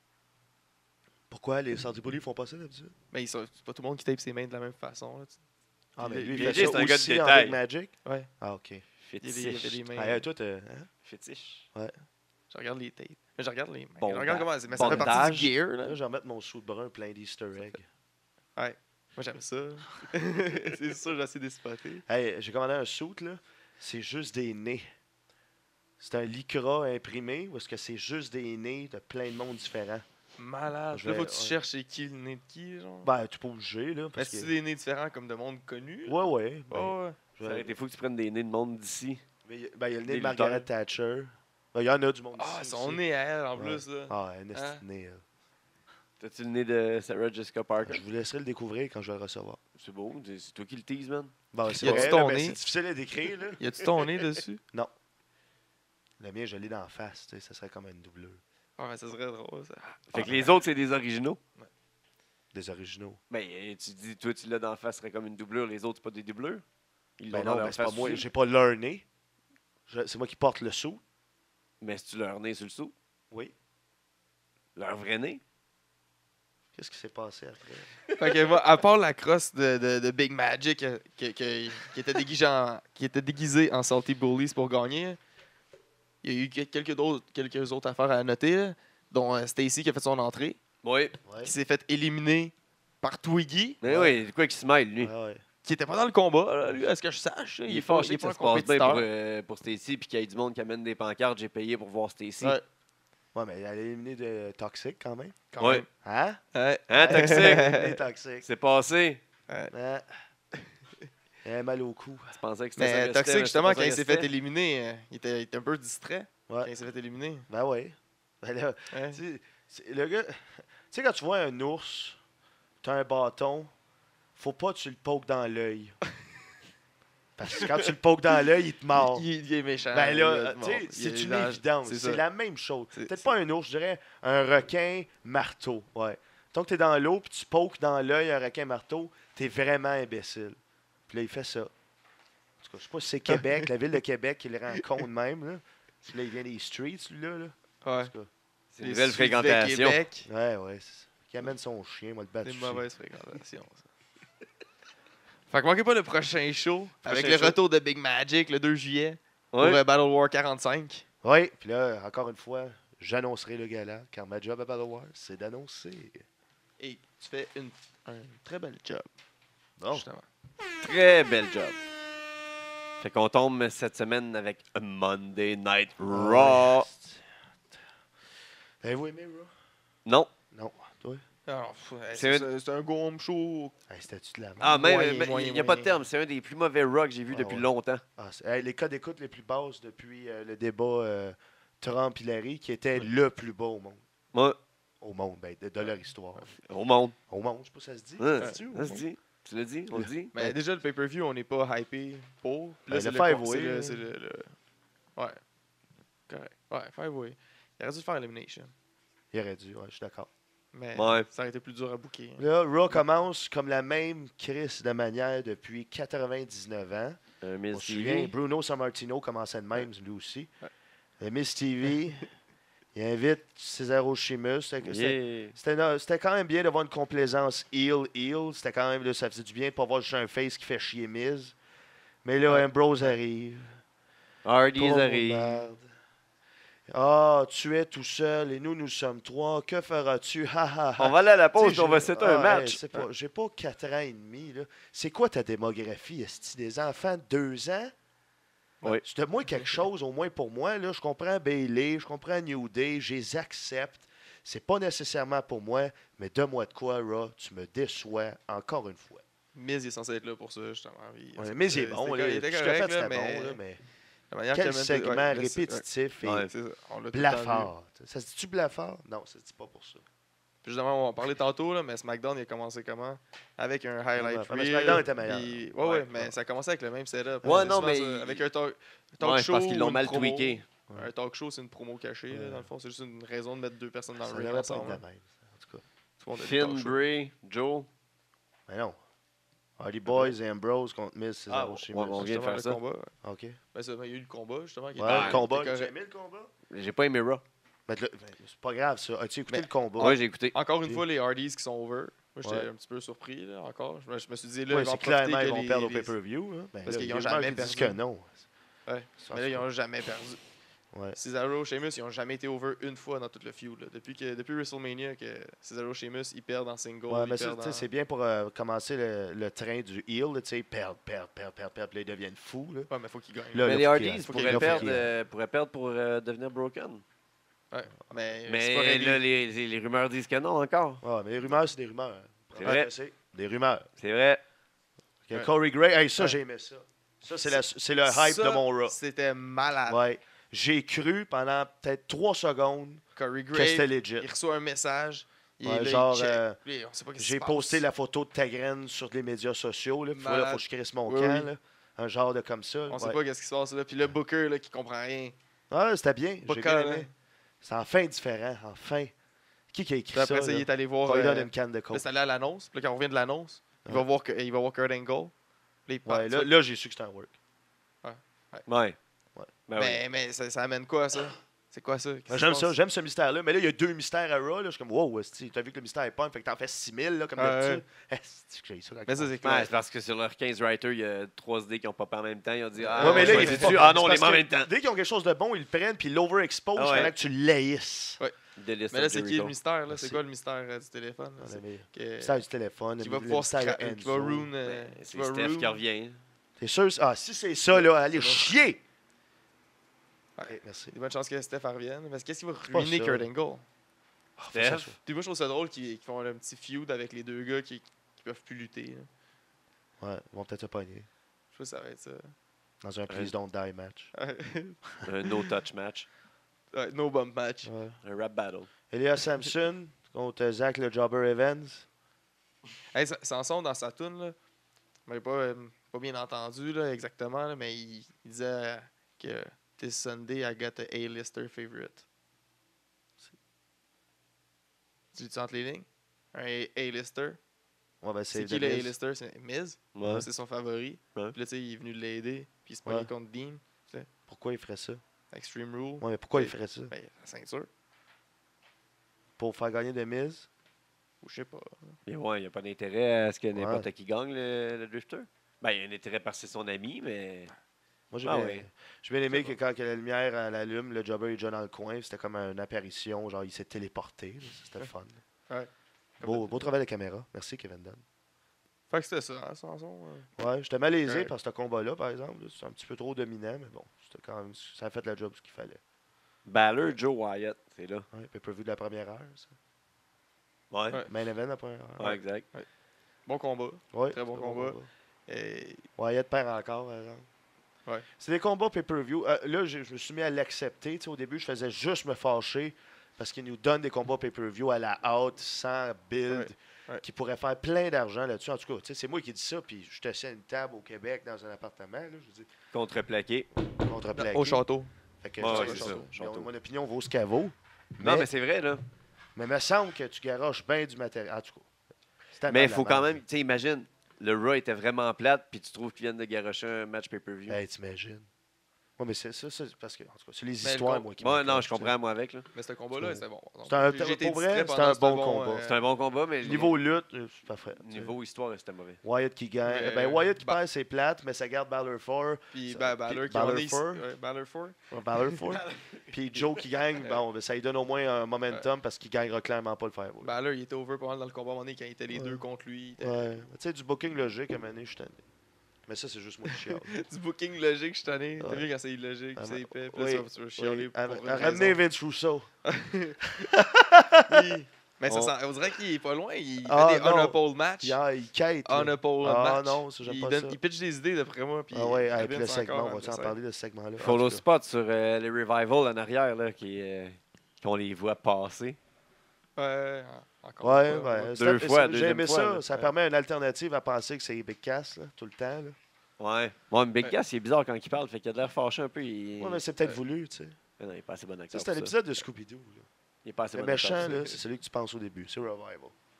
Pourquoi les Sandy Bully font pas ça d'habitude? Mais c'est pas tout le monde qui tape ses mains de la même façon. Là, Ah, mais Puis lui, il BJ, fait ça c'est un gars de aussi en détail. Big Magic? Ouais. Ah, OK. Il y avait Fétiche. des mains. Ah, toi, t'as... Hein? Fétiche. Je regarde les tapes. Mais je regarde les mains. Bon, je regarde comment c'est. Mais ça fait bondage. partie du gear. Là. Là, je vais remettre mon sou de brun plein d'Easter eggs. Moi, j'aime ça. C'est sûr, j'essaie de spotter. Hey, j'ai commandé un suit, là. C'est juste des nez. C'est un lycra imprimé ou est-ce que c'est juste des nez de plein de monde différents? Malade. Je Là, vais- faut que tu ouais. cherches c'est qui le nez de qui, genre. Ben, tu peux obligé, là. Mais Parce c'est que... des nez différents comme de monde connu. Ouais, ouais. Ben, Ouais, ouais. je Ça vais- aurait été fou que tu prennes des nez de monde d'ici. Mais il y a le nez Des de Margaret lutteurs. Thatcher. Ben, il y en a du monde Ah, ici son aussi. nez à elle, en Ouais. plus, là. Ah, un esti Hein? de nez, elle. T'as-tu le nez de Sarah Jessica Parker? Je vous laisserai le découvrir quand je vais le recevoir. C'est beau. C'est toi qui le tease, man. Bon, c'est Y a-tu vrai, ton là, mais nez? c'est difficile à décrire, là. Y a-tu ton nez dessus? Le mien, je l'ai dans la face, tu sais, ça serait comme une doublure. Ah, mais ça serait drôle, ça. Fait que les autres, c'est des originaux. Des originaux. Ben, tu dis, toi, tu l'as dans la face, ce serait comme une doublure. Les autres, c'est pas des doublures. Ils Ben l'ont non, dans ben leur c'est pas face moi, aussi. j'ai pas leur nez. C'est moi qui porte le sou. Mais si tu leur nez sur le sou, Oui. leur vrai nez. Qu'est-ce qui s'est passé après? Fait que, moi, à part la crosse de Big Magic qui était déguisé en Salty Bullies pour gagner, il y a eu quelques autres affaires à noter, là, dont Stacy qui a fait son entrée, Oui. Ouais. qui s'est fait éliminer par Twiggy, Mais Ouais. oui, quoi qu'il se mêle, lui. Ouais, ouais. qui était pas dans le combat, là, lui, à ce que je sache. Il est pas- fâché il est que pas ça un se passe bien compétiteur. pour Stacy puis qu'il y ait du monde qui amène des pancartes. J'ai payé pour voir Stacy. Ouais, Ouais, mais elle a éliminé de Toxic quand même. quand Ouais. même. Hein? Ouais. Hein, Toxic? Éliminé Toxic. C'est passé. Ouais. Hein? Elle a mal au cou. Tu pensais que c'était ça Mais restait, Toxic, mais justement, c'est quand pas il ça s'est fait restait. éliminer, il était un peu distrait Ouais. quand il s'est fait éliminer. Ben ouais. Ben là, Ouais. tu sais, le gars... Tu sais, quand tu vois un ours, t'as un bâton, faut pas que tu le pokes dans l'œil. Parce que quand tu le pokes dans l'œil, il te mord. Il est méchant. Ben il là, est tu sais, mort. Il c'est est une lâche. évidence. C'est C'est ça. la même chose. C'est- Peut-être c'est- pas un ours, je dirais un requin marteau. Ouais. Tant que t'es dans l'eau puis tu pokes dans l'œil un requin marteau, t'es vraiment imbécile. Puis là, il fait ça. En tout cas, je sais pas si c'est Québec, la ville de Québec qui le rend con de même. Là. Parce que là, il vient des streets, lui-là. Là. En Ouais. tout cas, C'est une Les belle Suisses de fréquentation. Québec, ouais, ouais. c'est ça. Qui amène son chien, moi, le battre. des mauvaises fréquentations, ça. Fait que manquez pas le prochain show avec le show. retour de Big Magic le 2 juillet pour Ouais. Battle War 45. Oui, puis là, encore une fois, j'annoncerai le gala, car ma job à Battle Wars, c'est d'annoncer. Et tu fais un très bel job, Bon, justement. Très bel job. Fait qu'on tombe cette semaine avec un Monday Night Raw. Avez-vous aimé, Raw? Non. Non. Toi? Alors, C'est c'est un go home show. Hey, c'était-tu de la merde? Ah, Moyen, même, moyen, il n'y a pas de moyen. terme. C'est un des plus mauvais Raw que j'ai vu Ah, depuis ouais. longtemps. Ah, hey, les codes d'écoute les plus basses depuis le débat Trump-Hillary, qui était le plus bas au monde. Moi, Au monde, ben, de leur histoire. au monde. Au monde, je sais pas si ça se dit. Hein, Ça se dit ou au ça se monde? dit. Tu l'as dit? On le dit? Mais déjà, le pay-per-view, on n'est pas hypé pour. Puis Ben, c'est le five-way, c'est là. c'est Ouais. Correct. Ouais, five-way. Il aurait dû faire Elimination. Il aurait dû, ouais, je suis d'accord. Mais Ouais. ça aurait été plus dur à booker. Là, Raw commence comme la même crise de manière depuis 99 ans. Miss On se souvient, TV. Bruno Sammartino commençait de même, lui aussi. Ouais. Le Miss TV, il invite Cesaro Sheamus. Yeah. C'était quand même bien d'avoir une complaisance heel. C'était quand même, là, ça faisait du bien de pas voir juste un face qui fait chier Miz. Mais là, Ouais. Ambrose arrive. Hardys Pauvre arrive. merde. Ah, tu es tout seul et nous sommes trois. Que feras-tu? Ha, ha, ha. On va aller à la Tu sais, pause et on va setter un match. c'est pas- J'ai pas 4 ans et demi. Là. C'est quoi ta démographie? Est-ce des enfants de 2 ans? Oui. Tu moi quelque chose, au moins pour moi. Là, je comprends Bailey, je comprends New Day, je les accepte. C'est pas nécessairement pour moi, mais donne-moi de quoi, Raw. Tu me déçois encore une fois. Miz il est censé être là pour ça, justement. Ouais, mais il est bon. Là, Il était tout ce qu'il a correct, fait, là, c'était mais... bon. Là, mais la manière quel qu'il a mené- segment ouais, répétitif et Ouais. C'est ça. On l'a tout le temps vu. blafard. Ça se dit-tu blafard? Non, ça se dit pas pour ça. Puis justement, on va en parler tantôt, là, mais SmackDown, il a commencé comment? Avec un highlight Ouais, mais reel. SmackDown était meilleur. puis- Ouais, Ouais, ouais. mais ça a commencé avec le même setup. Ouais, C'est non, souvent mais ça, avec un talk Ouais, je show pense qu'ils ou l'ont une mal promo. tweaké. Un talk show, c'est une promo cachée, là, dans le fond. C'est juste une raison de mettre deux personnes dans Ça le ring devrait pas être ensemble. de là. même, en tout cas. Tout le monde a dit Finn, talk show. Bray, Joe. Mais non. Hardy Boys et Ambrose contre Miz, c'est Ah, zéro ouais, chez ouais, Miz. on vient de Justement, faire le ça. combat. OK. Ben, ça, il y a eu le combat, justement. qui Ouais, était- le combat. qui était Tu as correct. aimé le combat? J'ai pas aimé Raw. C'est pas grave, ça. As-tu écouté Mais- le combat? Ouais, j'ai écouté. Encore une Ok. fois, les Hardys qui sont over. Moi, j'étais Ouais. un petit peu surpris, là, encore. Je me suis dit, là, Ouais, ils vont c'est profiter clairement que ils vont les- perdre au les- pay-per-view. Hein. Ben, Parce là, qu'ils il y ont a des gens jamais qui disent perdu. que non. Ouais. Mais là, ils n'ont jamais perdu. Ouais. Cesaro, Sheamus, ils n'ont jamais été over une fois dans tout le feud. Là. Depuis WrestleMania, que Cesaro, Sheamus, ils perdent en single. Ouais, ils mais ça, perdent tu sais, en- c'est bien pour commencer le train du heel. là, Tu sais, perdent, puis là, ils deviennent fous. Là. Ouais, mais il faut qu'ils gagnent. Là, Mais là, les faut Hardys qu'il- faut pourraient qu'il- faut perdre, qu'il- pourraient perdre pour devenir broken. Ouais. Mais, c'est pas Mais réglé. là, les rumeurs disent que non encore. Ouais, mais les rumeurs, c'est des rumeurs. C'est vrai. C'est des rumeurs. C'est vrai. Ok, Ouais. Corey Gray, hey, ça, Ouais. j'ai aimé ça. Ça, c'est le hype Ça, de mon Raw. C'était malade. Ouais. J'ai cru pendant peut-être 3 secondes Corey que c'était Gray, legit. il reçoit un message. Il Ouais, est là, genre, il check. Lui, on sait pas qu'est-ce qui J'ai se posté passe. la photo de ta graine sur les médias sociaux. Là, puis là, Malade. faut que je crisse mon Oui, camp. oui. Là. Un genre de comme ça. On sait ouais. pas qu'est-ce qui se passe là. Puis le Booker là, qui comprend rien. Ah, c'était bien. Pas J'ai calme, bien hein. aimé. C'est enfin différent. Enfin. Qui a écrit Puis après ça? ça, il là? est allé voir. On lui donne une canne de Là, coke. c'est allé à l'annonce. Puis là, quand on revient de l'annonce, il Ouais. va voir Kurt Angle. Là, il part. Ouais, là j'ai su que c'était un work. Ouais. Ouais. Ben oui. Mais ça amène quoi, ça? C'est quoi ça? Qu'est-ce qui J'aime se ça, passe? j'aime ce mystère-là. Mais là, il y a 2 mystères à Raw. Là. Je suis comme, wow, t'as vu que le mystère est pas, fait que t'en fais 6000 là, comme Ouais. d'habitude. Esti que j'ai ça. Mais ça, c'est Ouais, clair. c'est parce que sur leurs 15 writers, il y a 3 idées qui ont popé en même temps. Ils ont dit Ouais, Ah, mais on là, choisit il dessus. faut- Ah non, on c'est les met en parce même temps. que Dès qu'ils ont quelque chose de bon, ils le prennent puis ils l'overexposent Ah ouais. pendant que tu l'haïsses. Délice Mais là, of c'est qui le Jericho. mystère? là? Merci. C'est quoi le mystère du téléphone? là? Le C'est que- mystère du téléphone. Qui va le pouvoir mystère de qui va Enzo. ruin. Ben, qui C'est va Steph ruin- qui revient. T'es sûr? Ah, si c'est ça, là, allez C'est bon. chier! Ouais. Ok, merci. Il y a de bonnes chances que Steph revienne. Parce qu'est-ce qui va pas ruiner ça. Kurt Angle? Steph. Puis moi, je trouve ça drôle qu'ils font un petit feud avec les deux gars qui peuvent plus lutter. là. Ouais, ils vont peut-être se pogner Je sais pas si ça va être ça. dans un Please Don't Die match. Un no-touch match. Ouais, no bump match. Ouais. Un rap battle. Elias Sampson contre Zach le Jobber Evans. Hey, Samson, dans sa tune, là, mais pas bien entendu là, exactement, là, mais il disait que This Sunday, I got a A-lister favorite. Tu lis entre les lignes? Un A-lister. Ouais, ben C'est c'est qui le A-lister? C'est Miz. Ouais. C'est son favori. Ouais. Puis là, tu sais, il est venu l'aider. Puis il se pognait Ouais. contre Dean. Pourquoi il ferait ça? Extreme Rule. Ouais, mais pourquoi il C'est- ferait ça? Ben, la ceinture. Pour faire gagner de Miz? Ou je sais pas. Et ouais, il n'y a pas d'intérêt à ce que n'importe Ouais. qui gagne le Drifter. Ben, il y a un intérêt parce que c'est son ami, mais. Moi, j'ai Ah bien, oui. j'ai bien aimé que quand que la lumière elle allume, le jobber est déjà dans le coin. C'était comme une apparition. Genre, il s'est téléporté. Là. C'était le fun. Ouais. Beau travail de caméra. Merci, Kevin Dunn. Fait que c'était ça, hein, Samson. Ouais, j'étais malaisé Correct. par ce combat-là, par exemple. là. C'est un petit peu trop dominant, mais bon, c'était quand même, ça a fait la job ce qu'il fallait. Balor, Joe Wyatt, c'est là. Ouais, pay-per-view de la première heure, ça. Ouais. Ouais. Main event de la première heure. Ouais, exact. Bon combat. Ouais, Très bon combat. Et... Wyatt perd encore, par exemple. Ouais. C'est des combats pay-per-view. Là, je me suis mis à l'accepter. Tu sais, au début, je faisais juste me fâcher parce qu'ils nous donnent des combats pay-per-view à la haute, sans build, Ouais. qui pourraient faire plein d'argent là-dessus. En tout cas, tu sais, c'est moi qui dis ça, puis je suis assis à une table au Québec dans un appartement. Là, je dis, Contreplaqué. contre Au château. Fait que, Ouais, tu sais, ouais, c'est ça, château. Mon opinion vaut ce qu'elle vaut. Non, mais c'est vrai, là. Mais il me semble que tu garoches bien du matériel. En tout cas. c'est tellement Mais il de la faut quand merde. même, tu sais, imagine, le Raw était vraiment plate, puis tu trouves qu'ils viennent de garocher un match pay-per-view. Hey, t'imagines. Oui, mais c'est ça, parce que, en tout cas, c'est les Mais histoires, le moi, qui Ouais, non, m'accrochent, je comprends, moi, avec, là. Mais ce combat-là, c'était bon. C'est un- J'ai été pour vrai, distrait c'était pendant un ce bon combat. C'est un bon combat, mais tu sais. Niveau lutte, c'est parfait. tu sais. niveau histoire, c'était mauvais. Wyatt qui gagne. Mais, Ben, Wyatt qui Ba- perd, c'est plate, mais ça garde Balor fort. Puis Ça- Balor puis qui en Balor est... fort. Balor fort. Balor fort. Puis Joe qui gagne, bon, ben, ça lui donne au moins un momentum parce qu'il gagnera clairement pas le faire. Balor, il était over pas mal dans le combat à un moment donné quand il était les Ouais. deux contre lui. Il était- Ouais. Tu sais, du booking logique, à un moment donné, je suis tanné. Mais ça, c'est juste moi qui chiale. Du booking logique, je suis tanné. T'as Ouais. vu quand c'est illogique, Ah, c'est épais. Puis oui, là, tu vas chialer Oui. pour une Ramenez raison. Vince Russo. Oui. Mais ça Oh. on dirait qu'il est pas loin. Il Ah, fait des non. on-a-pole match. Il quête. là. On-a-pole Ah match. non, ça, j'aime il, pas donne- ça. il pitch des idées d'après moi. Puis Ah ouais, il puis le avance segment, encore, on va hein, en parler de ce segment-là. Follow En tout cas. spot sur les Revival en arrière, là, qu'on les voit passer. Ouais, encore. Ouais, une fois, ouais. Deux fois, J'ai deuxième aimé fois, ça. là. Ça Ouais. permet une alternative à penser que c'est Big Cass, là, tout le temps. Là. Ouais. Bon, mais Big Ouais. Cass, il est bizarre quand il parle, fait qu'il a de l'air fâché un peu. Il... Ouais, mais c'est peut-être voulu, tu sais. Mais non, il est pas assez bon Ça, acteur. c'est un pour épisode de Scooby-Doo. là. Il est pas assez Le bon acteur méchant, pour ça. là, c'est celui que tu penses au début. C'est Revival.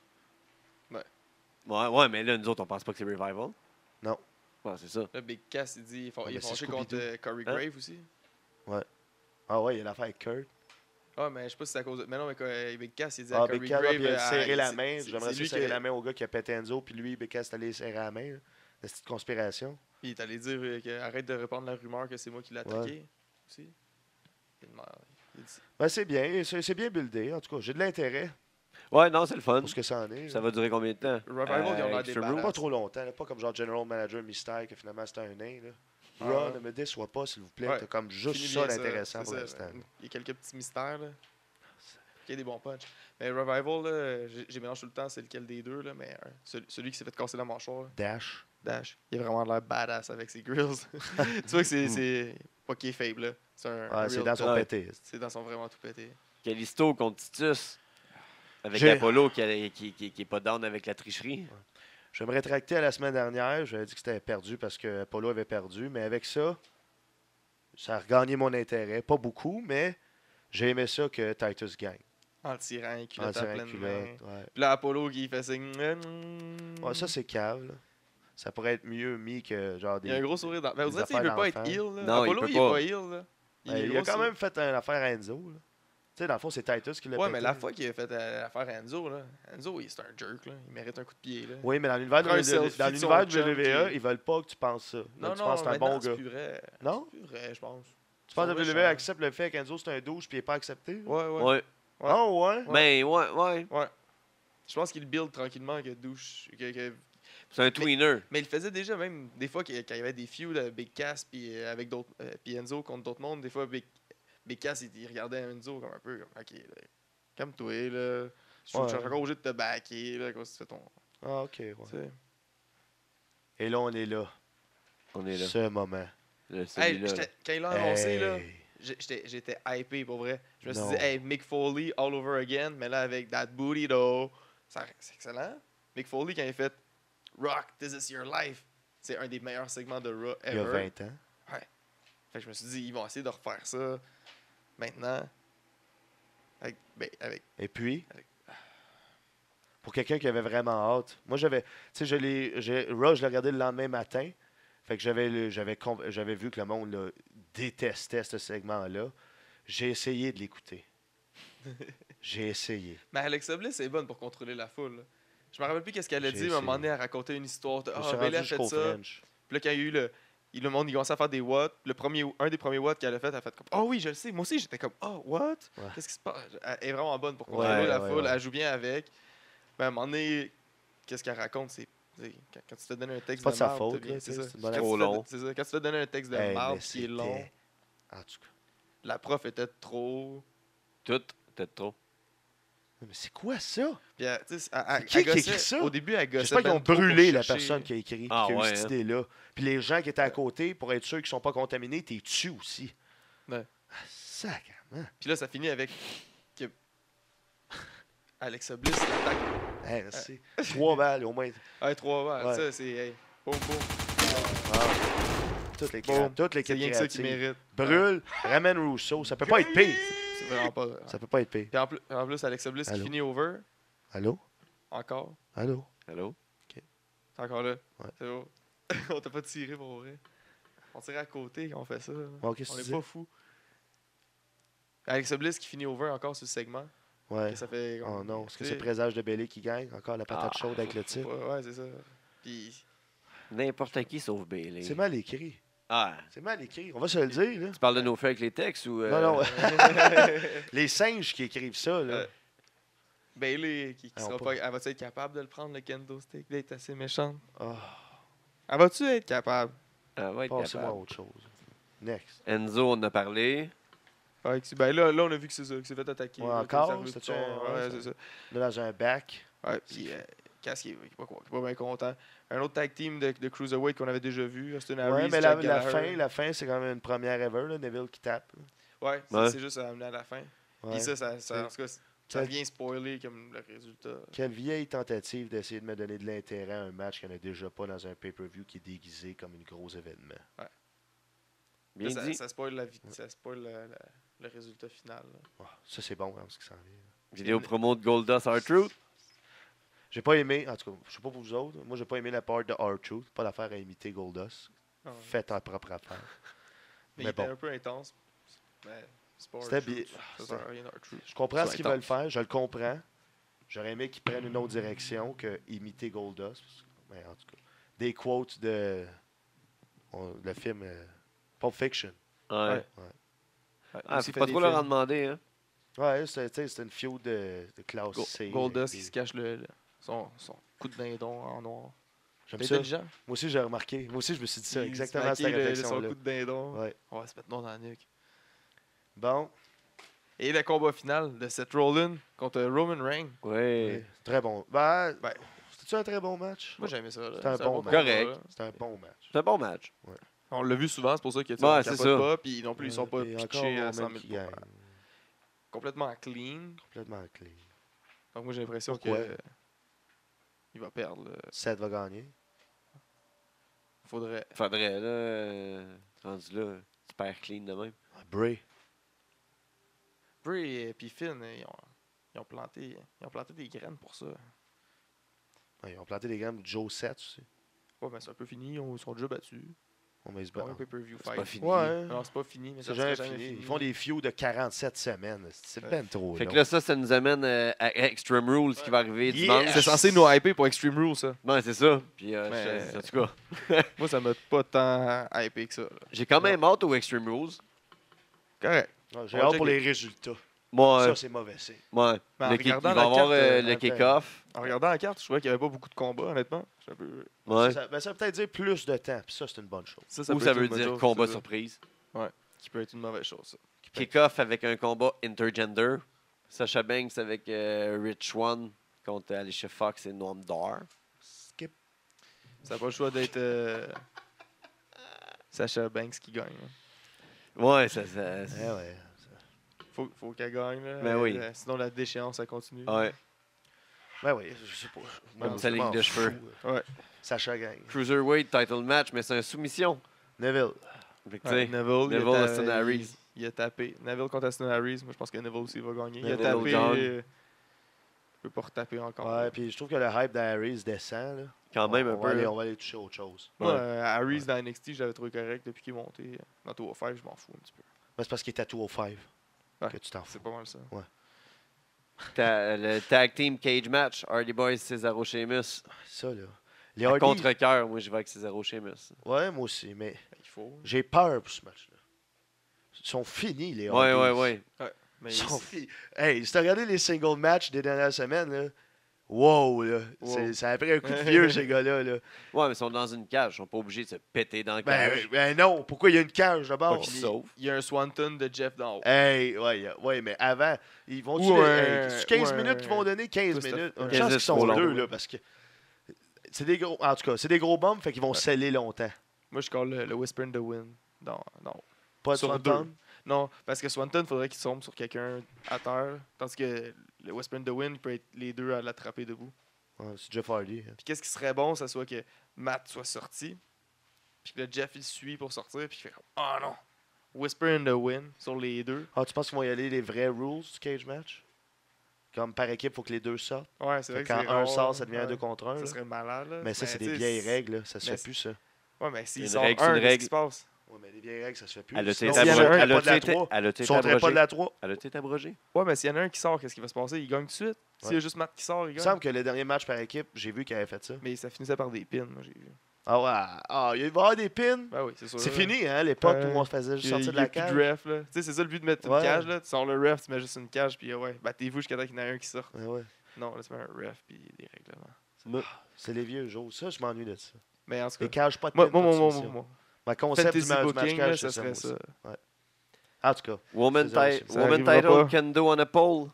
Ouais, mais là, nous autres, on pense pas que c'est Revival. Non. Ouais, c'est ça. Là, Big Cass, il dit il mais est c'est fâché Scooby-Doo. contre Corey Hein? Grave aussi. Ah ouais, il y a l'affaire avec Kurt. Ah, mais je sais pas si c'est à cause de. Mais non, mais Big Cass, il dit Ah, à Corey Big Cass, Grave. puis il a serré la c'est- main. c'est- J'aimerais c'est ça lui serrer qui- la main au gars qui a pété Enzo, puis lui, Big Cass est allé serrer la main. là. La petite conspiration. Puis il est allé dire arrête de répandre la rumeur que c'est moi qui l'ai attaqué. Aussi. Il dit- Ben, c'est bien. C'est bien buildé. En tout cas, j'ai de l'intérêt Ouais, non, c'est le fun. pour ce que ça en est. Ça là. va durer combien de temps? Revival, ils ont l'air des Extreme Rules? badass. Pas trop longtemps. là. Pas comme genre General Manager Mystère, que finalement c'était un nain. Là. Ah, Raw, ouais. ne me déçois pas, s'il vous plaît. Ouais. T'as comme juste Finis ça bien d'intéressant c'est pour ça. l'instant. Il y a quelques petits mystères. Là. Il y a des bons punchs. Mais Revival, là, j'ai mélangé tout le temps c'est lequel des deux. Là, mais celui qui s'est fait casser la mâchoire, là, Dash. Dash, il a vraiment l'air badass avec ses grills. Tu vois que c'est pas qu'il est faible. Là. C'est un Ah, c'est real dans son top. Ouais. pété. C'est dans son vraiment tout pété. Kalisto contre Titus. Avec J'ai- Apollo qui est pas down avec la tricherie. Je vais me rétracter à la semaine dernière. J'avais dit que c'était perdu parce que Apollo avait perdu. Mais avec ça, ça a regagné mon intérêt. Pas beaucoup, mais j'ai aimé ça que Titus gagne. En le tirant, un En culotte à tirant pleine la main. culotte, ouais. Puis là, Apollo qui fait signe. Ouais, ça, c'est cave. là. Ça pourrait être mieux mis que genre des. Il y a un gros sourire dans. Mais vous des dites, il veut affaires pas être d'enfants. heal. Là. Non, il Apollo, peut il est pas. pas heal. Là. Il a quand même fait une affaire à Enzo. là. Tu sais, dans le fond, c'est Titus qui l'a Ouais, pété. mais la fois qu'il a fait l'affaire à Enzo, là, Enzo, c'est un jerk. Là. Il mérite un coup de pied. Là. Oui, mais dans l'univers Prends un de, selfie dans de l'univers son de chum WWE, qui- ils veulent pas que tu penses ça. Non, tu non, penses que c'est un bon maintenant, gars. c'est plus vrai. Non? C'est plus vrai, je pense. Tu penses que Ils sont WWE méchants. accepte le fait qu'Enzo c'est un douche puis il n'est pas accepté? Ouais, ouais. Ouais. Oh, ouais? Ben, ouais. Ouais. Je pense qu'il build tranquillement que douche. C'est un tweener. Mais il le faisait déjà même des fois quand il y avait des feuds avec Big Cass puis avec d'autres puis Enzo contre d'autres mondes, des fois Big Cass il regardait Enzo comme un peu comme OK, là, calme-toi là. Je suis Ouais. encore obligé de te backer là quand tu fais ton Ah, ok, ouais. tu sais. Et là, on est là. On est là. Ce moment. Là, Hey, celui-là, là. quand il l'a annoncé là, Hey. j'étais hypé pour vrai. Je me suis Non. dit hey, Mick Foley all over again, mais là avec that booty though. C'est excellent. Mick Foley quand il a fait Rock, this is your life. C'est un des meilleurs segments de Raw Il y a ever. 20 ans. Fait que je me suis dit, ils vont essayer de refaire ça maintenant. Avec Et puis, Avec- pour quelqu'un qui avait vraiment hâte, moi j'avais, tu sais, Raw, je l'ai regardé le lendemain matin, fait que j'avais vu que le monde là, détestait ce segment-là. J'ai essayé de l'écouter. J'ai essayé. Mais Alexa Bliss est bonne pour contrôler la foule. là. Je me rappelle plus qu'est-ce qu'elle a J'ai dit, mais à un moment essayé. donné, elle racontait une histoire de Je me Ah, suis Bayley rendu a fait jusqu'au ça. French. Puis là, quand il y a eu le monde, il commençait à faire des what. Un des premiers what qu'elle a fait comme oh oui, je le sais. Moi aussi, j'étais comme oh, what? Ouais. Qu'est-ce qui se passe? Elle est vraiment bonne pour Ouais, contrôler la ouais, foule. ouais. Elle joue bien avec. Ben, à un moment donné, qu'est-ce qu'elle raconte? Quand tu te donnes un texte C'est pas de sa marde, faute, t'as bien- là, c'est tu sais, ça. c'est une bonne Quand Trop tu te long. c'est ça. Quand tu te donnes un texte de Hey, marde mais qui est long, c'était- En tout cas. la prof était trop. Tout, peut-être trop. Mais c'est quoi ça? Puis, tu sais, Qui qui gossait- écrit ça? Au début, elle gossait. J'espère qu'ils ben ont trop pour brûlé la chercher- personne qui a écrit, Ah qui a eu ouais, cette hein? idée-là. Puis les gens qui étaient à côté, pour être sûrs qu'ils sont pas contaminés, t'es dessus aussi. Ouais. Ah, sacrément. Puis là, ça finit avec que Alexa Bliss l'attaque. Hey, merci. 3 balles au moins. Ouais, 3 balles. Ouais. Ça, c'est. Hey, boum, boum. Ah. Toutes les Boum. toutes les C'est rien que ça qui créatives. mérite. Brûle, ramène Rousseau. Ça peut pas être pire. C'est vraiment pas. Ça peut pas être pire. Puis en plus, Alexa Bliss qui Allô? finit over. Allô? Encore. Allô? Allô? C'est encore là. Ouais. C'est beau. On t'a pas tiré pour vrai. On tirait à côté quand on fait ça. là. Bon, qu'est-ce On que tu est dis? pas fou. Alexa Bliss qui finit over encore sur le segment. Ouais. Que ça fait. Oh non, est-ce que tu c'est sais, présage de Bailey qui gagne? Encore la patate Ah. chaude avec le titre? Ouais, c'est ça. Puis. N'importe qui sauf Bailey. C'est mal écrit. Ah, C'est mal écrit. On va se le dire, là. tu parles de nos faits avec les textes ou. Non, non. Les singes qui écrivent ça, là. Bailey qui Ah, sera on pas. Elle va-tu être capable de le prendre, le kendo stick, d'être assez méchante? Ah, Elle va-tu être capable? Ah, va être passez-moi à capable. autre chose. Next. Enzo, on en a parlé. Ouais, ben là, on a vu que c'est ça, qu'il s'est fait attaquer. Ouais, là, encore? qu'il est arrivé C'était-tu de un- son- ouais, Ouais, ça- c'est ça. Là, dans un back. Ouais, puis Cass, il est pas bien content. Un autre tag team de Cruiserweight qu'on avait déjà vu, Austin Harris, Ouais, mais Jack la Gallagher. fin, c'est quand même une première ever, là, Neville qui tape. là. Ouais, Ouais. c'est juste à amener à la fin. Ouais. Puis ça, en tout cas, ça Quel- vient spoiler comme le résultat. Quelle vieille tentative d'essayer de me donner de l'intérêt à un match qu'il n'y en a déjà pas dans un pay-per-view qui est déguisé comme un gros événement. Bien Ça, dit. ça spoil, ça spoil le résultat final. là. Ah, ça, c'est bon, hein, ce qui s'en vient. Vidéo promo de Goldust R-Truth. J'ai pas aimé, en tout cas, je sais pas pour vous autres, moi, j'ai pas aimé la part de R-Truth. Pas l'affaire à imiter Goldust. Ah ouais. Faites ta propre affaire. Mais Mais il était bon. un peu intense. Mais c'est pas C'était R-Truth. bien. Ça sert à rien, R-Truth. Je comprends Ça ce qu'ils intense. veulent faire, je le comprends. J'aurais aimé qu'ils prennent une autre direction que imiter Goldust. Mais en tout cas, des quotes de le film Pulp Fiction. Ouais. Ouais. Ouais. Ah, Aussi faut fait pas des trop leur en films. demander, hein. Ouais, c'était une feud de classe C. Goldust puis qui se cache son coup de dindon en noir. J'aime C'est ça. intelligent. Moi aussi, j'ai remarqué. Moi aussi, je me suis dit ça, Il se exactement maquille cette son réflexion-là. coup de dindon. Ouais. On va se mettre nom dans la nuque. Bon, Et le combat final de Seth Rollins contre Roman Reigns. Ouais. très bon. Ben, Ben. c'était-tu un très bon match? Moi, j'ai aimé ça. là. C'était un C'est bon combat, match. là. Correct. C'était un bon match. C'est un bon match. On l'a vu souvent, c'est pour ça que tu Ouais, on c'est capote ça. pas. Puis non plus, ils sont pas Puis encore pitchés à 100 Roman 000 qui gagne. Complètement clean. Complètement clean. Donc moi, j'ai l'impression Pourquoi? que il va perdre. Seth va gagner. Faudrait. Faudrait, là. Rendu là, super clean de même. Bray. Bray et puis Finn, ils ont planté des graines pour ça. Ouais, ils ont planté des gammes de Joe Seth aussi. Ouais, mais c'est un peu fini. Ils sont déjà battus. On met se Ils ont un battre. pay-per-view C'est fight. pas fini. Ouais. Non, c'est pas fini, mais ça C'est sera jamais jamais fini. Ils font des feuds de 47 semaines. C'est Ouais. ben trop. Fait que long. là, ça nous amène à Extreme Rules qui va arriver Yeah! dimanche. C'est censé nous hyper pour Extreme Rules, ça. Ouais, c'est ça. Puis, Mais- en tout cas, Moi, ça m'a pas tant hypé que ça. là. j'ai quand même hâte aux Extreme Rules. Correct. Ouais, J'ai On va hâte pour checker. les résultats. Moi, Ça, c'est mauvais signe. ouais. Mais en Le kick- il regardant va la avoir carte, le attends. kick-off. En regardant la carte, je trouvais qu'il n'y avait pas beaucoup de combats, honnêtement. Je suis un peu... Ouais. Ça veut peut-être dire plus de temps. Puis ça, c'est une bonne chose. Ou peut ça être veut une bonne dire chose, combat c'est ça. surprise. Qui peut être une mauvaise chose, ça. Kick-off avec un combat intergender. Sasha Banks avec Rich Swann contre Alicia Fox et Noam Dar. Skip. Ça n'a pas le choix d'être Sasha Banks qui gagne. hein. Ouais, Eh ouais. Faut qu'elle gagne. Là. Ben oui. Sinon, la déchéance, ça continue. ouais. Ben oui, je sais pas. Comme sa ligne de cheveux. Ouais. Sacha gagne. Cruiserweight title match, mais c'est une soumission. Neville. Fait que, tu Ouais, sais, Neville, Neville, Austin Harris. Il a tapé. Neville contre Austin Harris. Moi, je pense que Neville aussi va gagner. Il a Neville tapé. gagne. Il peut pas retaper encore. Ouais, puis je trouve que le hype d'Harris descend. Là. quand même un on va peu. aller, on va aller toucher autre chose. Moi, Ouais. Harris dans NXT, je l'avais trouvé correct depuis qu'il est monté. Dans 205, je m'en fous un petit peu. Mais c'est parce qu'il est à 205 Ouais. que tu t'en fous. C'est pas mal ça. Le tag team cage match, Hardy Boys, Cesaro Sheamus. Ça, là. Les À Hardys, contre-cœur, moi, je vais avec Cesaro Sheamus. ouais, moi aussi, mais Il faut. j'ai peur pour ce match-là. Ils sont finis, les Ouais, Hardys. ouais. Mais Ils sont finis. Hey, si t'as regardé les single matchs des dernières semaines, là, wow, là. Wow. Ça a pris un coup de vieux, ces gars-là. Là. Ouais, mais ils sont dans une cage. Ils sont pas obligés de se péter dans la cage. Ben non, pourquoi il y a une cage d'abord? Pas qu'ils se sauvent. Il y a un Swanton de Jeff d'en haut. Hey, ouais, mais avant, ils vont Ou hey, 15 ou minutes qu'ils vont donner 15 Twist of- minutes. Une 15 chance qu'ils sont trop long. deux, là, parce que c'est des gros. En tout cas, c'est des gros bombes, fait qu'ils vont sceller longtemps. Moi, je colle le Whisper in the Wind. Non. Pas de Sur Swanton. Non, parce que Swanton, il faudrait qu'il tombe sur quelqu'un à terre. Tandis que le Whisper in the Wind, il peut être les deux à l'attraper debout. Ouais, c'est Jeff Hardy. Puis qu'est-ce qui serait bon, ça soit que Matt soit sorti, puis que le Jeff, il suit pour sortir, puis il fait comme « Oh non! » Whisper in the Wind sur les deux. Ah, tu penses qu'ils vont y aller les vrais rules du cage match? Comme par équipe, il faut que les deux sortent. Ouais, c'est Fait vrai que quand c'est un rare, sort, ça devient un ouais. 2 contre 1. Ça serait malade, là. Mais ça, c'est tu des sais, vieilles règles. Là. Ça se mais fait plus, ça. Ouais, mais s'il Une sort règle, c'est un, une qu'est-ce règle. qui se passe? Ouais, mais les vieilles règles, ça se fait plus. Elle a Sinon, été s'il y en a un qui abrogée. est pas de la 3. Elle a été Ils sont pas de la 3. Elle a été abrogée. Ouais, mais s'il y en a un qui sort, qu'est-ce qui va se passer? Il gagne tout de suite. S'il y a Ouais. juste Matt qui sort, il Il me gagne. semble que le dernier match par équipe, j'ai vu qu'il avait fait ça. Mais ça finissait par des pins, moi, j'ai vu. Ah ouais. Ah, il va y avoir des pins. Ben oui, c'est sûr. C'est là. fini, hein, l'époque Ouais. où on se faisait juste Puis, sortir il de y a la plus cage. de ref, là. Tu sais, c'est ça le but de mettre Ouais. une cage, là. Tu sors le ref, tu mets juste une cage, puis ouais, battez-vous jusqu'à temps qu'il y en ait un qui sort. Ouais. Non, là, tu mets un ref, puis des règlements. C'est les vieux jours. Ça, je m'ennuie de ça. Mais en tout Les cas, cages, pas de pins. moi, pas de soumission. Ma concept Fantasy du match booking, cage, là, c'est ça ça. serait moi aussi. ça. En tout cas. Woman, C'est ça aussi. Ça woman arrivera title pas. kendo on a pole.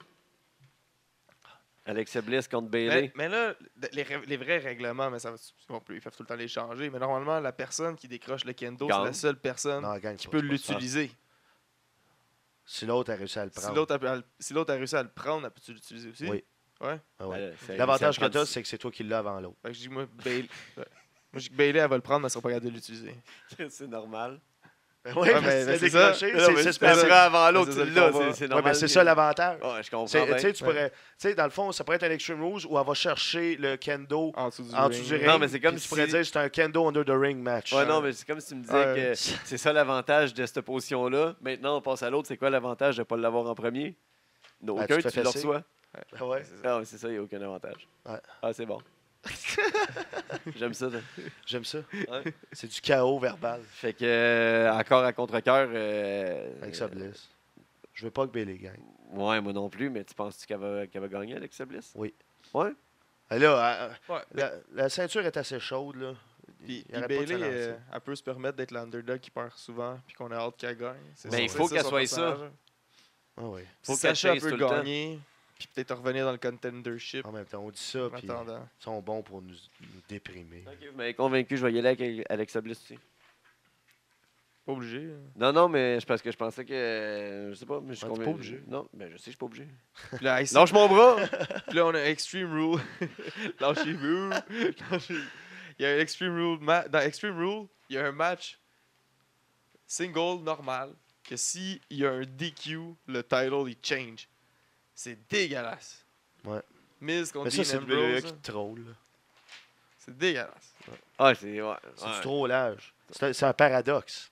Alexa Bliss contre Bayley. Mais là, les vrais règlements, mais ça, ils peuvent tout le temps les changer. Mais normalement, la personne qui décroche le kendo, c'est Gagne. la seule personne Non, gagne qui pas, peut c'est pas ça. l'utiliser. Si l'autre a réussi à le Si prendre. l'autre a réussi à le prendre, elle peut l'utiliser aussi? Oui. Ouais. Ah ouais. C'est- L'avantage ça que tu as, prend- c'est que c'est toi qui l'as avant l'autre. Fait que je dis, moi, Bailey, ouais. Moi, je dis que Bailey, elle va le prendre, mais elle sera pas capable de l'utiliser. C'est normal. Oui, mais c'est ça. décroché. Non, mais C'est si tu le c'est- prends avant l'autre, c'est ça tu le l'as. combat. C'est Ouais, normal. mais c'est ça l'avantage. Ouais, je comprends Tu bien. sais, tu pourrais. Tu sais, dans le fond, ça pourrait être un Extreme Rules où elle va chercher le kendo En dessous du en ring. dessous du ring. Non, mais c'est comme puis tu si- pourrais dire que c'est un kendo under the ring match. Ouais, non, mais c'est comme si tu me disais Ouais. que c'est ça l'avantage de cette position-là. Maintenant, on passe à l'autre. C'est quoi l'avantage de ne pas l'avoir en premier? Non, Ben, aucun, tu te tu fais le fesser. reçois. Ah ouais. C'est ça. Ah, ouais, c'est ça, il n'y a aucun avantage. Ouais. Ah, c'est bon. J'aime ça. J'aime ça. Ouais. C'est du chaos verbal. Fait que, encore à contre-cœur. Alexa Bliss. Je veux pas que Bailey gagne. Ouais, moi non plus, mais tu penses-tu qu'elle va gagner, Alexa Bliss? Oui. Ouais? Là, Ouais. la ceinture est assez chaude. Là. Puis Il y aurait pas de Bailey, se lancer. elle peut se permettre d'être l'underdog qui perd souvent, puis qu'on a hâte qu'elle gagne. C'est Ben, ça, il c'est faut ça, qu'elle son soit ça. personnage. Ah oui. Faut Si qu'elle Sacha chase peut tout le temps. gagner, puis peut-être revenir dans le contendership En même temps, on dit ça, en puis attendant. ils sont bons pour nous déprimer. Ok, vous m'avez convaincu, je vais y aller avec Alexa Bliss aussi. Pas obligé. Non, mais c'est parce que je pensais que. Je sais pas, mais je suis Ouais, t'es convaincu. pas obligé. Non, mais je sais, je suis pas obligé. Puis là, ici, Lâche mon bras! puis là, on a Extreme Rule. Lâchez-vous. Il y a un Extreme Rule. Dans Extreme Rule, il y a un match single normal que s'il y a un DQ, le title, il change. C'est dégueulasse. Ouais. Miz contre Mais ça, Dean c'est le Ambrose, WWE là, qui te troll. là. c'est dégueulasse. Ah, c'est. Ouais. C'est ouais. du trollage. C'est un paradoxe.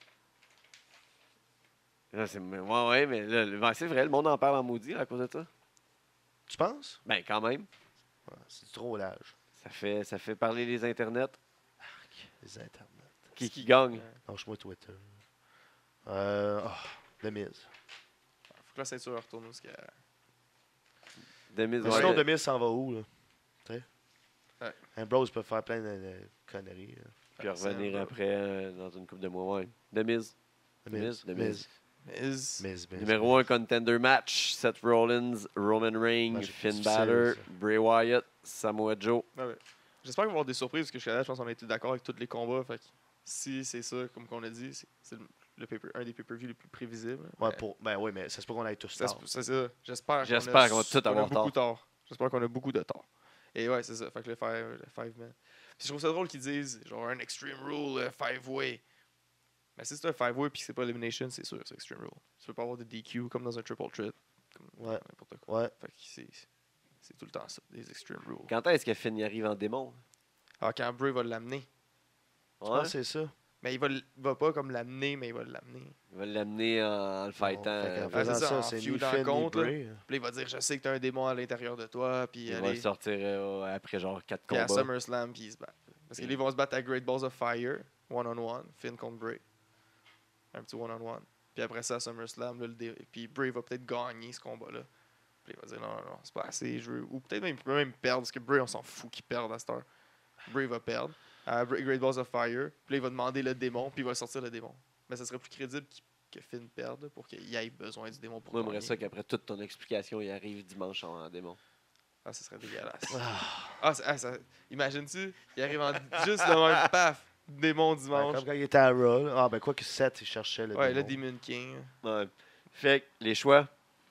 Là, ouais, mais là, c'est vrai, le monde en parle en maudit à cause de ça. Tu penses? Ben, quand même. Ouais, c'est du trollage. Ça fait parler les internets. Les internets. Qui gagne? Lâche-moi Twitter. Oh, The Miz. Faut que la ceinture retourne où ce qu'il y a. Demise, Mais ouais. sinon, The Miz s'en va où, là? Tu sais? Ouais. Ambrose peut faire plein de conneries. Là. Puis revenir après dans une coupe de mois. Ouais. Demise. The Miz, Miz. The Miz. Miz. Numéro 1 contender match. Seth Rollins, Roman Reigns, Ouais, j'ai Finn plus Balor, difficile, Bray Wyatt, Samoa Joe. Ouais, ouais. J'espère qu'il va y avoir des surprises parce que jusqu'à là, je pense qu'on a été d'accord avec tous les combats. Fait que si c'est ça, comme qu'on a dit, c'est un des pay-per-views les plus prévisibles. Ouais, Mais ben oui, mais ça se peut qu'on aille tous ça tard. c'est ça. J'espère qu'on va tout avoir beaucoup tort. J'espère qu'on a beaucoup de tort. Et ouais, c'est ça. Fait que le five man. Puis je trouve ça drôle qu'ils disent genre un Extreme Rule, 5-way. Mais si c'est un 5-way puis que c'est pas Elimination, c'est sûr, c'est Extreme Rule. Tu peux pas avoir de DQ comme dans un Triple Threat. Comme Ouais. n'importe quoi. Ouais. Fait que c'est tout le temps ça, des Extreme Rules. Quand est-ce que Finn y arrive en démon? Alors quand Bray va l'amener. Je Ouais. pense que c'est ça. Mais il va pas comme l'amener, mais il va l'amener. Il va l'amener en le fightant. Fait qu'en Ouais, faisant c'est ça, en c'est ni feud en Finn ni contre, là. Bray. Puis là, il va dire, je sais que t'as un démon à l'intérieur de toi, puis Il va le allez. sortir après genre 4 Puis à combats. SummerSlam, puis il se bat. Parce que là, ils vont se battre à Great Balls of Fire, one-on-one, Finn contre Bray. Un petit one-on-one. Puis après ça, à SummerSlam, là, puis Bray va peut-être gagner ce combat-là. Puis il va dire non, c'est pas assez, je veux. Ou peut-être même, il peut même perdre, parce que Bray, on s'en fout qu'il perde à cette heure. Bray va perdre à Great Balls of Fire. Puis là, il va demander le démon, puis il va sortir le démon. Mais ça serait plus crédible que Finn perde pour qu'il ait besoin du démon pour Moi, j'aimerais gagner. ça qu'après toute ton explication, il arrive dimanche en démon. Ah, ça serait dégueulasse. Imagine-tu, il arrive juste le même paf, démon Ouais, dimanche. comme quand il était à Raw. Ah, ben quoi que Seth, il cherchait le Ouais, le démon. Demon King. Ouais. Fait que les choix,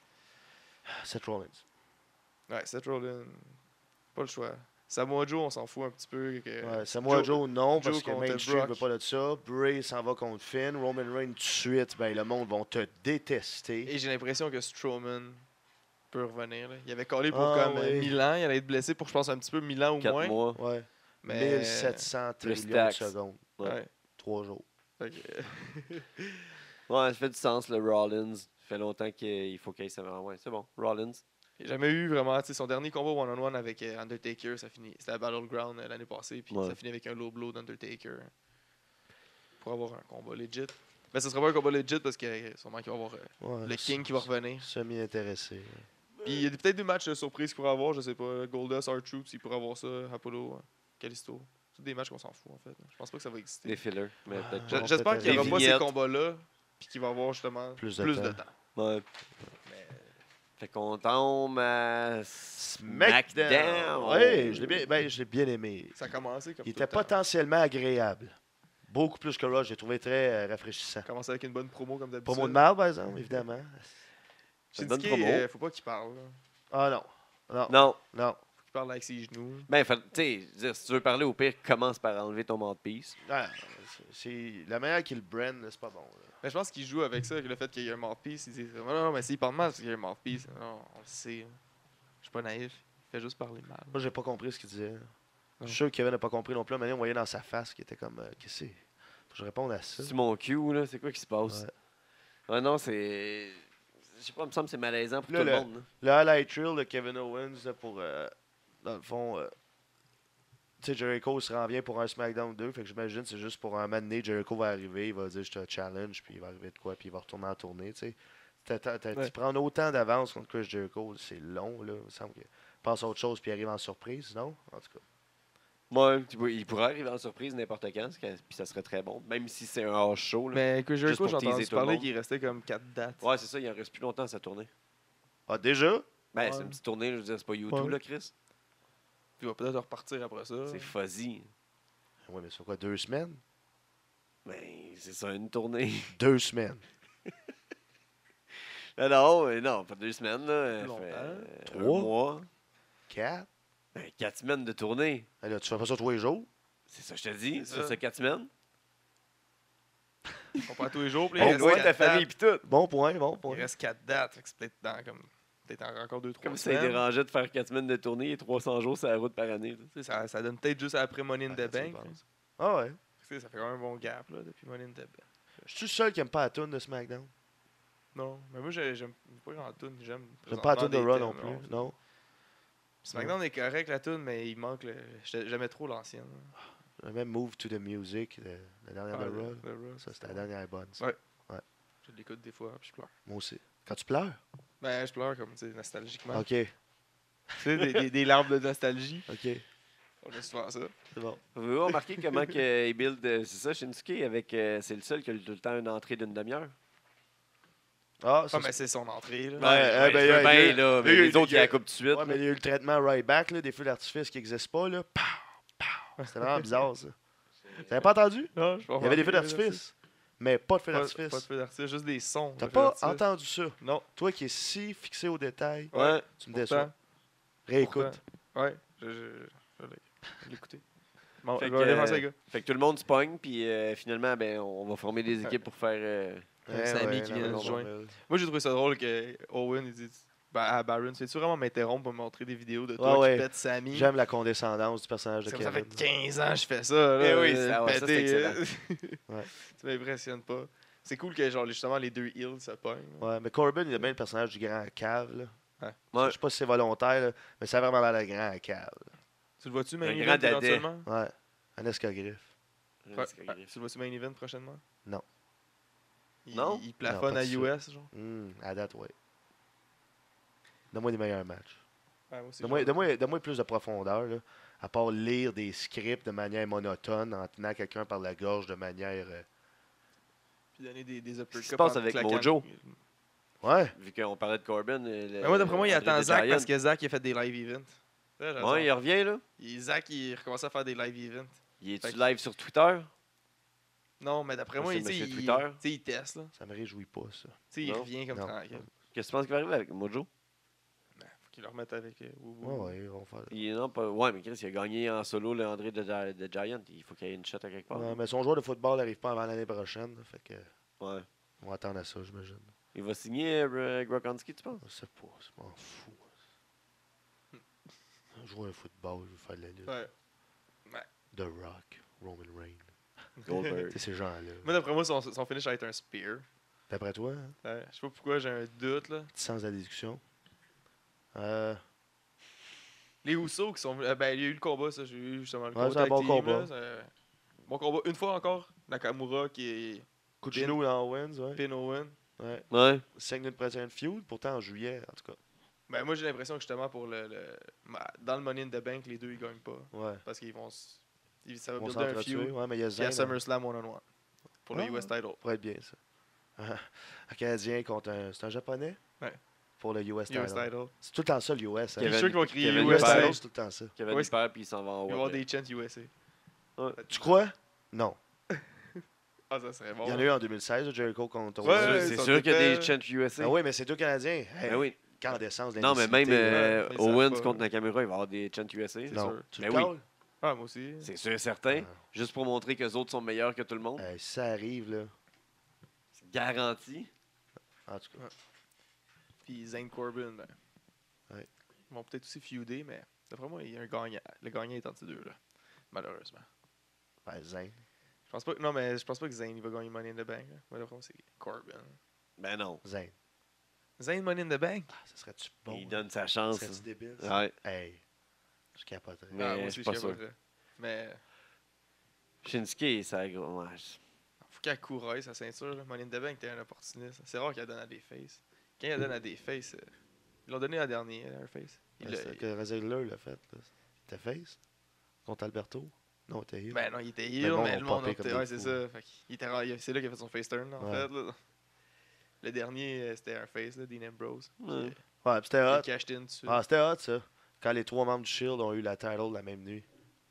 Seth Rollins. Ouais, Seth Rollins. Pas le choix. Samoa Joe, on s'en fout un petit peu. Ouais, Samoa Joe, non, parce Joe que contre Mainstream ne Brock. veut pas de ça. Bray s'en va contre Finn. Roman Reigns, tout de suite, ben, le monde va te détester. Et j'ai l'impression que Strowman peut revenir. Là. Il avait collé pour Ah, comme oui. 1000 ans. Il allait être blessé pour, je pense, un petit peu 1000 ans ou 4 moins. mois. Ouais. Mais... 1700 Plus trillions de taxes. secondes. Ouais. 3 jours. Fait que- Ouais, ça fait du sens, le Rollins. Ça fait longtemps qu'il faut qu'il s'en ouais, c'est bon. Rollins. J'ai jamais eu vraiment, tu sais, son dernier combat one-on-one avec Undertaker, ça finit. C'était à Battleground l'année passée, puis Ouais. ça finit avec un low blow d'Undertaker. Pour avoir un combat legit. Mais ce sera pas un combat legit parce que sûrement qu'il va y avoir Ouais, le King qui va revenir. Semi-intéressé. Puis il y a peut-être des matchs de surprise qu'il pourrait avoir, je sais pas. Goldust, R-Troops, il pourrait avoir ça, Apollo, Kalisto. C'est des matchs qu'on s'en fout en fait. Je pense pas que ça va exister. Des fillers. Mais Ah. peut-être Bon, pas. J'espère qu'il n'y aura Des pas ces vignettes. combats-là, puis qu'il va y avoir justement Plus plus de de temps. temps. Ouais. Mais Fait qu'on tombe à SmackDown. Oui, je l'ai bien aimé. ça a commencé comme Il tout était le temps. potentiellement agréable. Beaucoup plus que Raw. J'ai trouvé très rafraîchissant. Ça a commencé avec une bonne promo comme Pas d'habitude. mot de mal, par exemple, évidemment. C'est une bonne Shinsuke, promo. faut pas qu'il parle. Là. Ah non. Non. Non. Non. Faut qu'il parle avec ses genoux. Ben, tu sais, je veux dire, si tu veux parler au pire, commence par enlever ton mouthpiece. Ah, c'est la manière qu'il le brand, là, c'est pas bon. Là. Mais je pense qu'il joue avec ça, avec le fait qu'il y a un mouthpiece. Il dit non, mais s'il parle mal, c'est qu'il y a un mouthpiece. Non, on le sait. Je suis pas naïf. Il fait juste parler mal. Moi, j'ai pas compris ce qu'il disait. Non. Je suis sûr que Kevin n'a pas compris non plus. Mais on voyait dans sa face qu'il était comme qu'est-ce que c'est? Faut que je réponde à ça. C'est mon cue, là. C'est quoi qui se passe? Ouais. Ouais, non, c'est. Je sais pas, il me semble que c'est malaisant pour Là, tout le monde. Là. Le highlight reel de Kevin Owens là, pour dans le fond tu sais Jericho se rend bien pour un SmackDown 2, fait que j'imagine que c'est juste pour un moment donné, Jericho va arriver, il va dire je te challenge, puis il va arriver de quoi, puis il va retourner en tournée, tu sais. Ouais. Tu prends autant d'avance contre Chris Jericho, c'est long là, il me semble qu'il passe à autre chose puis il arrive en surprise, non? En tout cas. Ouais, il pourrait arriver en surprise n'importe quand, puis ça serait très bon. Même si c'est un hors show. Là. Mais que Jericho, pour j'ai entendu teaser tout le parler monde. qu'il restait comme 4 dates. Ouais, c'est ça, il en reste plus longtemps à sa tournée. Ah déjà? Ben, Ouais. c'est une petite tournée, je veux dire, c'est pas YouTube, Ouais. là, Chris. Puis il va peut-être repartir après ça. C'est fuzzy. Oui, mais c'est quoi, 2 semaines? Ben, c'est ça, une tournée. 2 semaines. Non, pas 2 semaines, là. Plus longtemps. Un 3? mois. 4? Ben, 4 semaines de tournée. Là, tu fais pas ça tous les jours? C'est ça, que je te dis. C'est Sur ça. ces 4 semaines. On prend tous les jours. Puis On il reste voit 4 ta famille dates. pis tout. Bon point, bon Il point. reste 4 dates. Fait que c'est peut-être dans comme. Peut-être encore 2-3 Comme si ça semaines. dérangeait de faire 4 semaines de tournée et 300 jours sur la route par année. là. Tu sais, ça donne peut-être juste après Money in Ah, the tu y Bank. penses. Ah ouais. Tu sais, ça fait quand même un bon gap là, depuis Money in the Bank. Je suis le seul qui aime pas la tune de SmackDown. Non, mais moi j'aime pas grand tune. J'aime J'aime pas la tune de Raw présentement non des plus. thèmes, Non. SmackDown est correct la tune, mais il manque le. J'aimais trop l'ancienne. Même Move to the Music, la dernière de Raw. Le Raw, Ça, c'était la dernière bonne. ça. Ouais. Je l'écoute des fois, puis je pleure. Moi aussi. Quand tu pleures? Ben, je pleure comme, tu sais, nostalgiquement. Ok, Tu sais, des larmes de nostalgie. ok. On laisse faire ça. C'est bon. Vous remarquez comment que il build, c'est ça, Shinsuke, avec, c'est le seul qui a tout le temps une entrée d'une demi-heure? Ah, Ah, ça, mais c'est son entrée, là. Ouais, je ben, veux il y a- bien, là, mais il y a- les autres, il y a- ils la coupent tout de suite. ouais, mais il y a eu le traitement right back, là, des feux d'artifice qui n'existent pas. Là. Pow, pow. C'était vraiment bizarre, ça. Vous n'avez pas entendu? Non, je Il y avait des feux d'artifice, mais pas de feux Pas de d'artifice. feu d'artifice, juste des sons. T'as de feux pas d'artifice. entendu ça? Non. Toi qui es si fixé aux détails, Ouais. tu me déçois. Pourtant, Réécoute. ouais, je vais l'écouter. Bon, Fait je que, vais aller faire ça, les gars. Fait que tout le monde se pogne, puis finalement, ben, on va former des équipes pour faire. Sammy qui vient de se joindre. Moi, j'ai trouvé ça drôle que Owen, il dit à Baron, sais-tu vraiment m'interrompre pour me montrer des vidéos de toi Ouais, qui ouais. pète Sammy? J'aime la condescendance du personnage de C'est comme ça Kevin. fait 15 ans que je fais ça. Là, Eh oui, ça, ouais, ça, c'est péter, Ouais. Tu m'impressionnes pas. C'est cool que genre justement les deux heels se pognent. Ouais, mais Corbin, il a bien le personnage du grand cave. Là. Ouais. Je sais pas si c'est volontaire, là, mais ça a vraiment l'air de grand cave. Tu le vois-tu, Un même grand dadais. éventuellement? Ouais. Escogriffe. Tu le vois sur Main Event prochainement? Non. Non? Il plafonne Non, pas à de US, genre. À date, oui. Donne-moi des meilleurs matchs. Ouais, moi aussi, Donne-moi plus de profondeur, là. À part lire des scripts de manière monotone en tenant quelqu'un par la gorge de manière. Puis donner des uppercuts. Qu'est-ce qui se passe en avec claquant. Mojo? Ouais. Vu qu'on parlait de Corbin. Mais moi, d'après moi, il attend Zach parce que Zach il a fait des live events. Ça, j'adore. Ouais, il revient, là. Zach, il recommence à faire des live events. Il est-tu Fait que- live sur Twitter? Non, mais d'après Ça, moi, c'est il, tu sais, monsieur il, Twitter. tu sais, il teste. Là. Ça me réjouit pas, ça. Tu sais, il Non. revient comme Non. tranquille. Qu'est-ce que tu penses qui va arriver avec Mojo? Ben, faut qu'il le remette avec. Ouais, on va faire. Non, pas... Ouais, mais Chris, il a gagné en solo le André de Giant. Il faut qu'il y ait une shot à quelque part. Ouais, mais son joueur de football n'arrive pas avant l'année prochaine. Là, fait que. Ouais. On va attendre à ça, j'imagine. Il va signer Grokonski, tu penses? Je sais pas, c'est m'en fou. Un joueur de football, je veux faire de la lutte. Ouais. The Rock, Roman Reigns. Goldberg. Tu sais, ces gens-là. Moi, d'après moi, son finish va être un spear. D'après toi, hein? Ouais, je sais pas pourquoi, j'ai un doute. Là. Petit sens de la discussion. Les Usos qui sont. Ben, il y a eu le combat, ça. J'ai eu justement le Ouais, combat. c'est un bon tag team, combat. là, bon combat. Une fois encore, Nakamura qui est Coup de Pin. genou dans Owens, ouais. Pin Owen. Ouais. Ouais. 5 minutes après une feud, pourtant en juillet, en tout cas. Ben, moi, j'ai l'impression que justement, pour dans le Money in the Bank, les deux, ils gagnent pas. Ouais. Parce qu'ils vont. Ça va On builder un s'entretuer. feud. Ouais, mais il y a Puis à Zayn. SummerSlam one-on-one. Pour le Ah. US title. Ça pourrait être bien, ça. Un Canadien contre un. C'est un Japonais? Ouais. Pour le US title. US title. C'est tout le temps ça, le US. Hein. Je suis Kevin- sûr qu'ils vont crier Kevin Le US USA. Lepage. title, c'est tout le temps ça. Kevin Ouais, il perd puis il s'en va en Il va y haut. avoir des chants USA. Tu crois? Non. Ah, ça serait bon. Il y en a eu en 2016, Jericho contre Ouais, Owens. ouais, C'est ça sûr qu'il y a des était- chants USA. Ah oui, mais c'est deux Canadiens. Hey, Ben oui. Candescence Non, mais même d'indignité, là. mais ils savent Owens pas. contre Nakamura, il va y avoir des chants USA. C'est Non. sûr. Tu Ben le oui. calls? Ah, moi aussi. C'est sûr et certain. Ah. Juste pour montrer que les autres sont meilleurs que tout le monde. Si ça arrive, là. C'est garanti. En tout cas. Puis Zayn Corbin, ben. Ouais. Ils vont peut-être aussi feuder, mais d'après moi, il y a un gagnant. Le gagnant est entre ces deux, là. Malheureusement. Ben, Zayn. Je pense pas, non, mais je pense pas que Zayn il va gagner Money in the Bank. Là. Moi, d'après moi, c'est Corbin. Ben non. Zayn. Zayn Money in the Bank? Ah, ça serait-tu bon? Il donne sa Ça chance. serait-tu débile? ça? Ouais. Hey. Je capoterais. Mais Ah, moi je aussi, suis pas sûr. capoterais. Mais Shinsuke, ça. Ouais. faut qu'elle couraille sa ceinture. Là. Money in the Bank, t'es un opportuniste. C'est rare qu'elle donne à des faces. Quand elle donne à des faces, ils l'ont donné à dernier, à un face. Il l'a- C'est que Ziggler l'a fait. Là. T'es face? Contre Alberto? Non, t'es heel. Ben non, il était le heel, monde mais ont le monde popé comme optait. des Ouais, c'est fous. ça. Fait qu'il était c'est là qu'il a fait son face turn, en Ouais. fait. Là. Le dernier, c'était un face, là, Dean Ambrose. Ouais. Ouais, puis c'était Il a hot. cashed in dessus. Ah, c'était hot, ça. Quand les 3 membres du Shield ont eu la title la même nuit.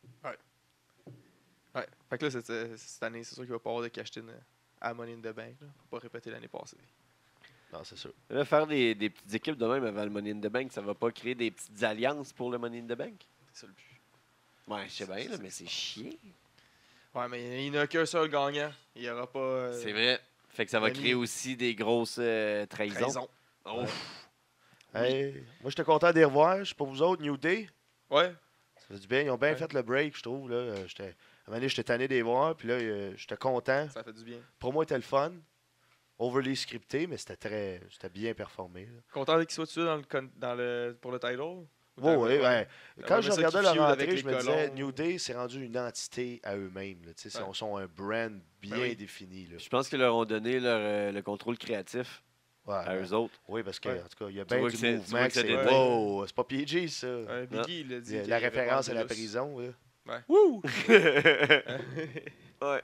Ouais. Fait que là, cette année, c'est sûr qu'il va pas avoir de cash in à Money in the Bank. Là, pour pas répéter l'année passée. Non, c'est sûr. Là, faire des petites équipes de même avant le Money in the Bank, ça va pas créer des petites alliances pour le Money in the Bank? C'est ça le but. Ouais, je sais bien, là, mais c'est chiant. Ouais, mais il n'y a qu'un seul gagnant. Il n'y aura pas. C'est vrai. Fait que ça va Money- créer aussi des grosses trahisons. Trahison. Oh. Hey, moi, j'étais content de les revoir. Je sais pas vous autres, New Day. Ouais. Ça fait du bien. Ils ont bien Ouais. fait le break, je trouve. Là. À un moment donné, j'étais tanné de les voir. Puis là, j'étais content. Ça fait du bien. Pour moi, c'était le fun. Overly scripté, mais c'était bien performé. Là. Content qu'il soit dessus pour le title? Ou Ouais, t'as- ouais, ouais. Quand aimé je ça regardais qu'ils leur feudent avec rentrée, les je me disais, colons. New Day, c'est rendu une entité à eux-mêmes. Là. Tu sais, Ouais. Ils sont un brand bien oui. défini. Là. Je pense qu'ils leur ont donné le contrôle créatif Ouais, à ouais. eux autres. Oui, parce que Ouais. en tout cas, il y a Tu bien vois du que c'est- tu mouvement vois que que ça c'est déteint. wow, c'est pas PG ça. Biggie, il a dit. La qu'il avait référence à la vendu prison. Là. Wouh! Ouais.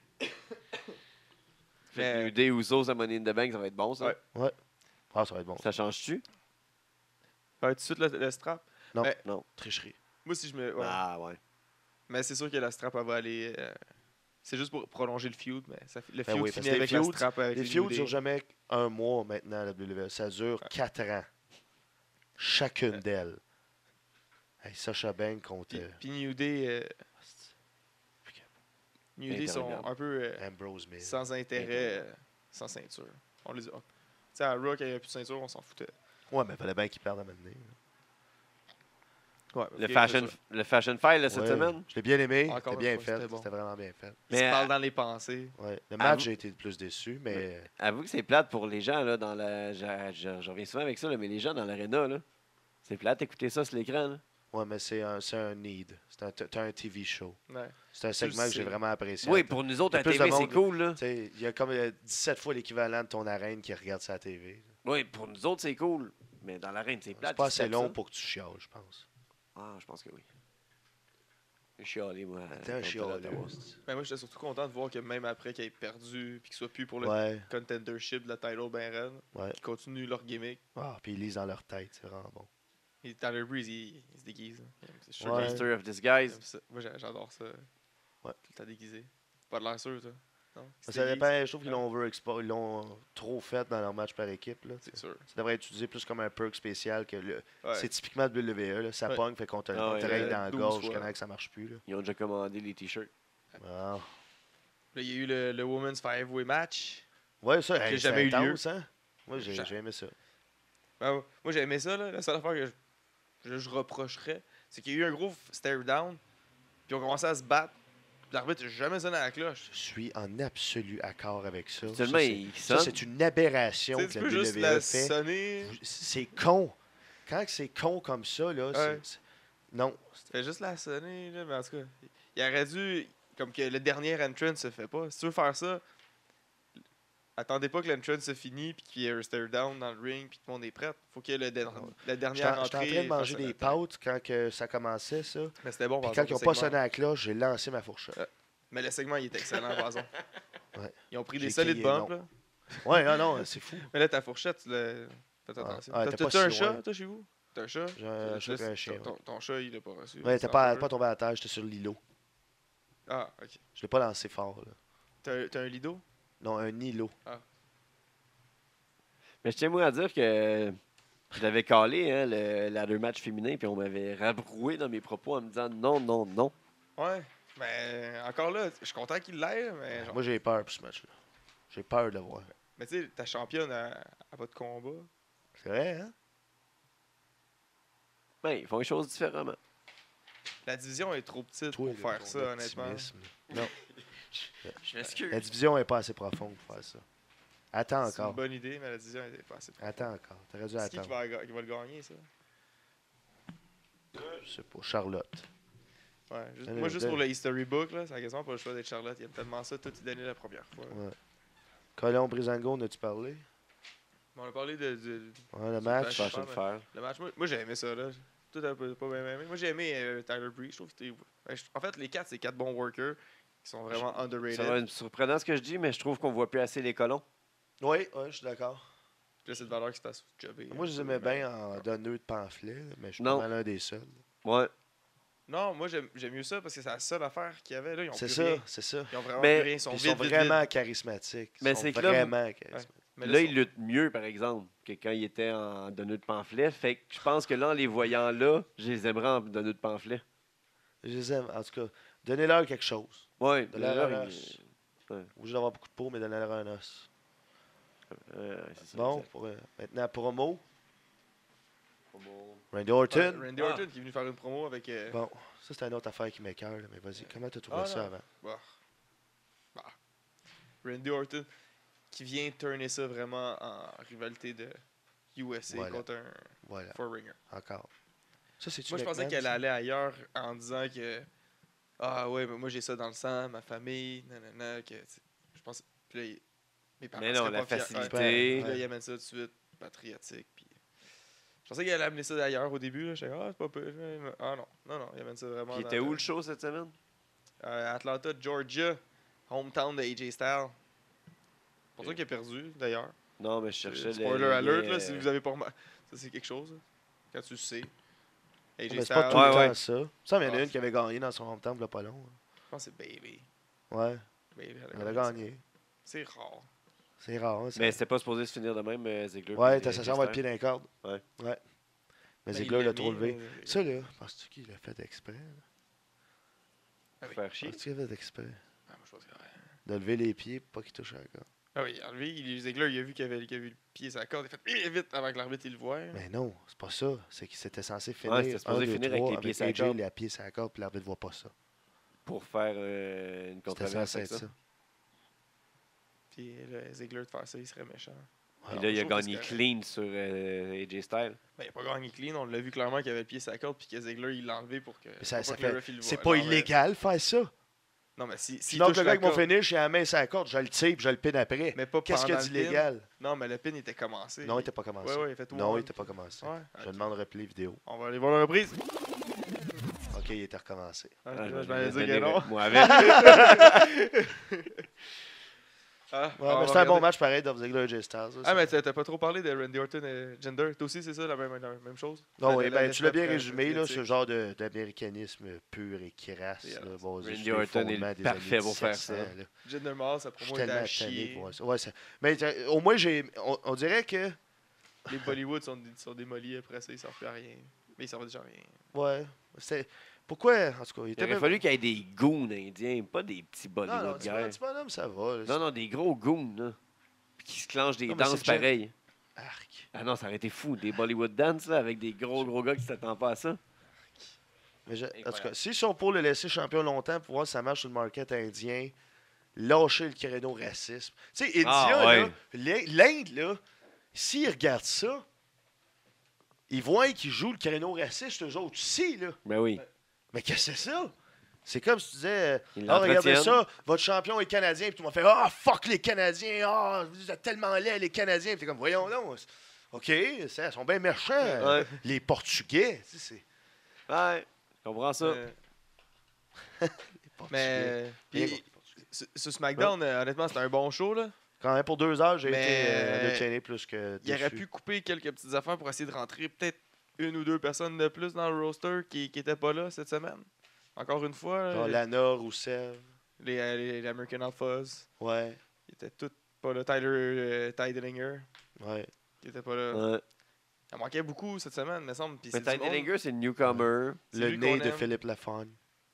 Fait que New Day ou Usos à Money in the Bank, ça va être bon, ça. Ouais. Ah, ça va être bon. Ça change-tu? Tout de suite le strap. Non. Ben, Non. Tricherie. Moi, si je me. Ouais. Ah, ouais. Mais c'est sûr que la strap, elle va aller. C'est juste pour prolonger le feud, mais le Ben feud oui, parce finit que les avec la feuds- strap avec Les les feuds New Day. durent jamais un mois maintenant à la WWE. Ça dure 4 ans. Chacune d'elles. Hey, Sasha Banks contre Puis New Day. New Day sont Interminable. un peu Ambrose Miz. sans intérêt, sans ceinture. On les a. Tu sais, à Raw, quand il n'y avait plus de ceinture, on s'en foutait. Ouais, mais il fallait bien qu'il perde à mener. Ouais, Le ok, fashion, c'est ça. le fashion File, là, cette Ouais. semaine. Je l'ai bien aimé. Encore C'était bien une fois, fait. c'était bon. C'était vraiment bien fait. Ils se Mais, parlent dans les pensées. Ouais. Le À match, vous- j'ai été le plus déçu, mais Avoue que c'est plate pour les gens, là, dans la... Je reviens souvent avec ça, là, mais les gens dans l'aréna, là, c'est plate d'écouter ça sur l'écran, là. Ouais, mais c'est un need. T'as un TV show. Ouais. C'est un Tu le segment que j'ai sais. vraiment apprécié. Oui, pour nous autres, Il y a à plus TV, de c'est monde- cool, là. Tu sais, il y a comme 17 fois l'équivalent de ton arène qui regarde sa TV. Oui, pour nous autres, c'est cool. Mais dans l'arène, c'est plate. C'est pas ils se assez tapent long ça. pour que tu chiales, je pense. Ah, je pense que oui. Je suis allé, moi. T'es un contre chialeux. l'Ottawa. Ben, moi, j'étais surtout content de voir que même après qu'il ait perdu puis qu'il soit plus pour le Ouais, contendership de la title ben raide, ouais. qu'ils continuent leur gimmick. Ah, puis ils lisent dans leur tête, c'est vraiment bon. Et Tyler Breeze, il se déguise. Hein. C'est sûr Ouais. qu'il Master of aime Disguise. ça. Moi, j'adore ça. Ouais. Tout le temps déguisé. Pas de l'air sûr, toi. Non? Il se Ça déguise. dépend, je trouve qu'ils ils l'ont trop fait dans leur match par équipe. Là. C'est sûr. Ça devrait être utilisé plus comme un perk spécial que Ouais. c'est typiquement de WWE. Là. Ça Ouais. pogne, fait qu'on te Ah ouais, règle dans la 12 gorge fois. jusqu'à temps que ça marche plus. Là. Ils ont déjà commandé les t-shirts. Ah. Là, il y a eu le Women's Five-Way match. Ouais, ça, Qui a hey, jamais c'est eu lieu. intense, hein? Moi, j'ai Ja- aimé ça. Ben, moi, j'ai aimé ça. Là. La seule affaire que je reprocherais, c'est qu'il y a eu un gros stare down. Puis on commençait à se battre. Puis l'arbitre n'a jamais sonné à la cloche. Je suis en absolu accord avec ça. Seulement, Ça, il ça, sonne. c'est une aberration Tu sais, que tu la peux juste WWE la fait. sonner. C'est con. Quand c'est con comme ça, là, Ouais. non. Fais juste la sonner, là, mais en tout cas, il aurait dû, comme que le dernier entrance se fait pas. Si tu veux faire ça, attendez pas que l'entrance se finisse puis qu'il y ait un stare down dans le ring puis que tout le monde est prêt. Faut qu'il y ait la J'étais dernière en entrée. train de manger fasse des un attaque. pâtes quand que ça commençait, ça. Mais c'était bon, Puis par quand exemple, ils n'ont le pas segment. sonné à la cloche, j'ai lancé ma fourchette. Mais le segment, il est excellent, par exemple. Ouais. Ils ont pris J'ai des solides crié bumps, non. là. Ouais, non, c'est fou. Mais là, ta fourchette, tu l'as. Faites Ouais. attention. Ah, t'es pas T'as un si chat, loin. toi, chez vous? T'as un chat? J'ai un chat et un chien. Ton chat, il l'a pas reçu. Ouais, C'est t'es pas un peu- tombé à la terre, j'étais sur l'îlot. Ah, ok. Je l'ai pas lancé fort, là. T'as un lido? Non, un îlot. Mais je tiens, moi, à dire que je l'avais calé, hein, le ladder match féminin, puis on m'avait rabroué dans mes propos en me disant non, non, non. Ouais. Mais encore là, je suis content qu'il l'aille, mais genre. Moi, j'ai peur pour ce match-là. J'ai peur de le voir. Mais tu sais, ta championne à votre combat. C'est vrai, hein? Ben, ils font les choses différemment. La division est trop petite Toi, pour faire ton ça, honnêtement. optimisme. Non, Je m'excuse. la division n'est pas assez profonde pour faire ça. Attends C'est une encore. bonne idée, mais la division est pas assez. Attends encore. T'aurais dû C'est qui attendre. qui va le gagner, ça? Je sais pas. Charlotte. Ouais, Allez, moi, juste donne. pour le History Book, là, c'est la question pas le choix d'être Charlotte. Il aime tellement ça, tout y donné la première fois. Ouais. Colomb Brisango, en as-tu parlé? Mais on a parlé de Ouais, le match. Je pense que je vais le faire. le match. Moi j'ai aimé ça, là. Tout un peu pas bien aimé. Moi, j'ai aimé Tyler Breeze. Je trouve que en fait, les 4, c'est 4 bons workers qui sont vraiment underrated. Ça va être surprenant ce que je dis, mais je trouve qu'on voit plus assez les colons. Oui, je suis d'accord. Puis là, c'est de valeur qui se fasse jobber. Moi, je les aimais bien en donneux de pamphlets, là, mais je suis Non. pas mal un des seuls. Ouais. Non, moi, j'aime mieux ça parce que c'est la seule affaire qu'il y avait. Là. Ils ont C'est plus ça, rien. c'est ça. Ils ont vraiment Mais- plus rien. Ils sont Ils vides, sont vides, vraiment vides. charismatiques. Ils Mais sont c'est que là, vraiment charismatiques. Mais Là, ils il lutte mieux, par exemple, que quand il était en donneux de pamphlet. Fait que je pense que là, en les voyant là, je les aimerais en donneux de pamphlet. Je les aime. En tout cas, donnez-leur quelque chose. Ouais. Donnez-leur là, un il- os. ouais. Obligé d'avoir beaucoup de peau, mais donnez-leur un os. C'est ça, Bon, exact. maintenant, promo. Promo. Randy Orton. Randy Orton qui est venu faire une promo avec. Bon, ça, c'est une autre affaire qui m'écoeure, là, mais vas-y, comment t'as trouvé Ah, ça non. avant? Bah. Randy Orton qui vient turner ça vraiment en rivalité de USA Voilà. contre un Voilà, four-ringer. encore. Ça, c'est Moi, je pensais qu'elle allait ailleurs en disant que ah ouais, mais moi j'ai ça dans le sang, ma famille, nanana, que je pense puis là, mes parents Mais non, seraient la pas fiers. facilité. Ouais. Puis là, Ouais. il amène ça tout de suite, patriotique. Puis je pensais qu'elle allait amener ça d'ailleurs au début. Là. J'étais ah, c'est pas peu. Ah non, il amène ça vraiment. Qui dans était où le show cette semaine? Atlanta, Georgia, hometown de AJ Styles. Pour ça qu'il a perdu d'ailleurs. Non, mais je cherchais le. Spoiler le alert, lien, là, si vous avez pas remarqué. Ça, c'est quelque chose. Là. Quand tu le sais. AJ Mais Styles, c'est pas tout Ouais, le ouais. temps ça. Ça, il y en a Ah. une qui avait gagné dans son home temple, pas long. hein. je pense que c'est Baby. Ouais, Baby elle a gagné. C'est rare. C'est rare, hein, ça. Mais c'était pas supposé se finir de même, Ziggler. Ouais, puis t'as ça va le pied Styles. d'un corde. Ouais. Ouais. Mais Ben, Ziggler il l'a trop mis, levé. mais- Ça, là, penses-tu qu'il l'a fait exprès? là? Ah oui. Faire chier. Penses-tu qu'il a fait exprès? Ah, moi, je pense que ouais. De lever les pieds pour pas qu'il touche à la corde. Ah oui, lui, Ziggler, il a vu qu'il avait le pied sur la corde. Il a fait vite avant que l'arbitre il le voie. Mais non, c'est pas ça. C'est qu'il s'était censé finir. Ouais, c'était supposé 1, 2, finir avec 3, les pieds sur la AJ, corde. les pieds sur la corde, puis l'arbitre voit pas ça. Pour faire une C'était controverse censé avec être ça. ça. Puis le Ziggler de faire ça, il serait méchant. Puis là, il a je trouve que gagné c'est clean sur AJ Styles. Ben, il n'a pas gagné clean. On l'a vu clairement qu'il avait le pied sur la corde puis que Ziggler, il l'a enlevé pour que. Ça pour fait- que le ref, il le C'est voit. pas Non, mais- illégal faire ça. Non, mais si. Sinon, touche le gars la avec mon corde- finish, il a la main sur la corde, je le tire puis je le pin après. Mais pas Qu'est-ce qu'il y a pendant le d'illégal? pin. Non, mais le pin était commencé. Non, il n'était pas commencé. Ouais, il a fait Non, one. il n'était pas commencé. Ouais. Je ok. demande replay vidéo. On va aller voir la reprise. OK, il était recommencé. Ah, Ah, je m'allais dire que non. Moi avec. Ah, Ouais, on mais va c'était un bon regarder. match pareil d'Off Ziggler et Jay Styles. Ah, mais t'as pas trop parlé de Randy Orton et Gender. Toi aussi, c'est ça, la même chose? Non, oui, La- ben, tu l'as bien l'aspect résumé, là, athlétique. ce genre d'américanisme pur et crasse. Yeah. Là, basé Randy sur les Orton est fondements des parfait années pour faire 1700, ça. là. Jinder Mahal, sa Je suis promo était tellement à tanné chier. pour voir ça. Ouais, mais au moins, on dirait que. Les Bollywood sont démolis après ça, ils servent plus à rien. Mais ils servent déjà à rien. Ouais. Pourquoi, en tout cas, il Il était aurait même. fallu qu'il y ait des goons indiens, pas des petits Non, non, Bollywood guys. petit bonhomme, ça va. là. Non, non, des gros goons, là. Puis qui se clenchent des Non, mais danses c'est déjà- pareilles. Arc. Ah non, ça aurait été fou. Des Bollywood dance, là, avec des gros gars qui s'attendent pas à ça. Mais en tout Incroyable. cas, s'ils sont pour le laisser champion longtemps pour voir si ça marche sur le market indien, lâcher le créneau racisme. Tu sais, India, Ah, ouais. là, l'Inde, là, s'ils regardent ça, ils voient qu'ils jouent le créneau raciste, eux autres aussi, là. Ben oui. Mais qu'est-ce que c'est ça? C'est comme si tu disais, Ils ah, regardez l'entretiennent. ça, votre champion est Canadien, puis tout le monde fait, ah, fuck les Canadiens, ah, vous êtes tellement laids, les Canadiens. Puis t'es comme, voyons donc. OK, ils sont bien méchants. Ouais. Les Portugais, tu sais, c'est. Ouais, je comprends ça. Les Portugais. Mais. Rien Puis, contre les Portugais. sur SmackDown, honnêtement, c'était un bon show, là. Quand même, pour 2 heures, j'ai Mais- été déchaîné plus que. Il aurait déçu. pu couper quelques petites affaires pour essayer de rentrer peut-être une ou deux personnes de plus dans le roster qui n'étaient pas là cette semaine. Encore une fois, Genre Lana, Rousseff. les American Alphas, Ouais, ils étaient tous pas là. Tyler Dillinger, ouais. qui était pas là. Ouais. Il en manquait beaucoup cette semaine, me semble. Puis Mais c'est Ty du monde- Dillinger, c'est le newcomer. c'est Le lui nez qu'on de aime. Philippe Lafon.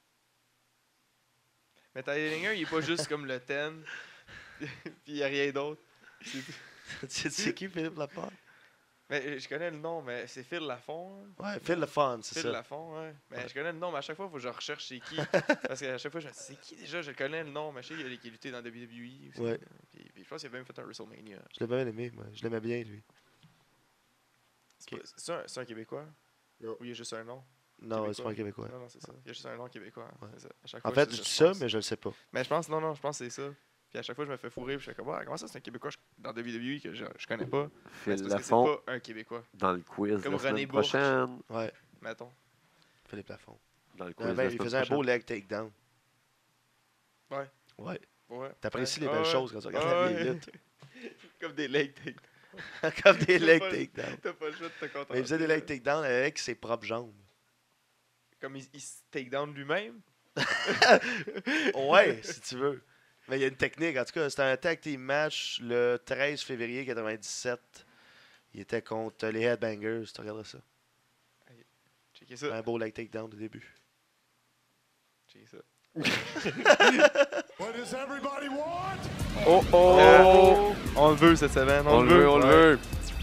Mais Ty Dillinger, il est pas juste comme le 10, puis il n'y a rien d'autre. C'est qui Philippe Lafon? Mais je connais le nom, mais c'est Phil Lafont. hein. Ouais, Phil Lafon, c'est Phil ça. Lafont, ouais. Mais je connais le nom, mais à chaque fois, il faut que je recherche c'est qui. Parce qu'à chaque fois, je me dis, c'est qui déjà? Je connais le nom, mais je sais qu'il a lutté dans WWE aussi. Ouais. Puis je pense qu'il a même fait un WrestleMania. Je l'ai bien aimé, moi. Je l'aimais bien, lui. C'est pas- c'est un Québécois? Non. Ou il y a juste un nom? Non, c'est pas un Québécois. Non, non, c'est ça. Il y a juste un nom québécois. Ouais. C'est ça. À chaque En fois, fait, c'est je dis je ça, pense. mais je le sais pas. Mais je pense, non, je pense que c'est ça. Puis à chaque fois, je me fais fourrer, puis je fais comme, comment ça, c'est un Québécois dans WWE que je connais pas? Mais Phil c'est parce que c'est Lafont pas un Québécois, dans le quiz Comme la semaine René Bourque. prochaine. Ouais, mettons. Philippe Lafon. Dans le quiz Ouais, la ben, il semaine faisait un beau prochaine. leg takedown. Ouais. Ouais. Ouais. T'apprécies Ouais. les belles Ouais. choses quand tu regardes Ouais. la lutte. Comme des leg take. Comme des leg pas- takedowns. T'as pas le choix de te contenter. Mais il faisait des leg takedowns avec ses propres jambes. Comme il se take down lui-même. Ouais, si tu veux. Mais il y a une technique. En tout cas, c'était un tag team match le 13 février 97. Il était contre les Headbangers. Tu regarderas ça. Checkez ça. Un beau leg takedown au début. Checkez ça. What does everybody want? Oh oh! On le veut cette semaine. On le veut, on le veut.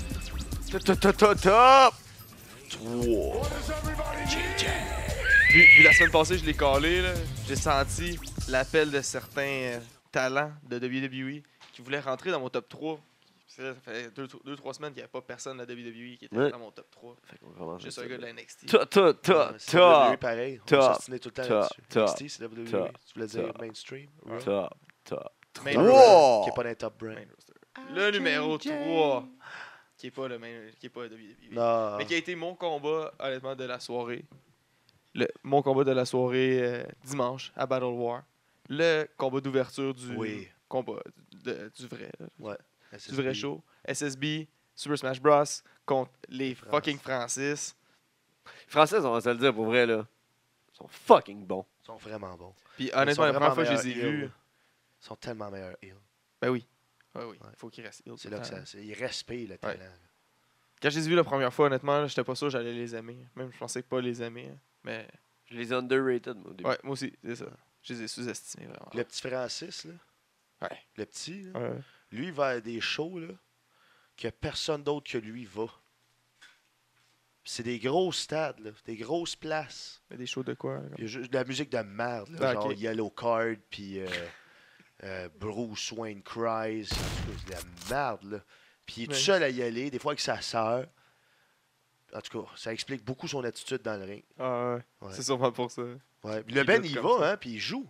Top! What does everybody need? Vu la semaine passée, je l'ai collé, là, j'ai senti l'appel de certains talents de WWE qui voulaient rentrer dans mon top 3. Ça fait 2-3 semaines qu'il n'y avait pas personne de WWE qui était Ouais. dans mon top 3. Fait qu'on commence Juste un gars de la NXT. Top! Ouais, c'est WWE Top! pareil. On Top. s'ostinait tout le temps Top. là-dessus. Top. NXT, c'est WWE. Top. Tu voulais dire Top. mainstream? Ouais. Top! Top! Main Top roster. Wow! Qui n'est pas dans les top brand. Main roster. Le numéro 3, qui est pas le main, qui est pas WWE. Non. Mais qui a été mon combat, honnêtement, de la soirée. Mon combat de la soirée dimanche à Battle War. Le combat d'ouverture du Oui. combat du vrai. là. Ouais. Du vrai show. SSB, Super Smash Bros. Contre les France. fucking Francis. Français, on va se le dire pour vrai, là. Ils sont fucking bons. Ils sont vraiment bons. Puis Ils sont honnêtement, la vraiment première fois que je les ai meilleurs vus, heels. Ils sont tellement meilleurs heels. ben oui. Ouais, oui. Ouais. Il faut qu'ils restent heal C'est tout là le que temps. ça. Ils respirent le talent. Quand je les ai vus la première fois, honnêtement, là, j'étais pas sûr que j'allais les aimer. Même je pensais pas les aimer. hein. Mais Je les ai underrated, moi, au début. ouais, moi aussi, c'est ça. Je les ai sous-estimés vraiment. Le petit Francis, là. Ouais. Le petit, là. Ouais. Lui, il va à des shows, là, que personne d'autre que lui va. C'est des gros stades, là, des grosses places. Mais des shows de quoi? Là? Il y a juste de la musique de merde, là, Ah, genre ok. Yellow Card, puis Bruce Wayne Cries. En tout cas, c'est de la merde, là. Puis il est Ouais. tout seul à y aller, des fois avec sa sœur. En tout cas, ça explique beaucoup son attitude dans le ring. Ah ouais. Ouais. C'est sûrement pour ça. Ouais. Il Le Ben, lutte il comme va, ça. hein, puis il joue.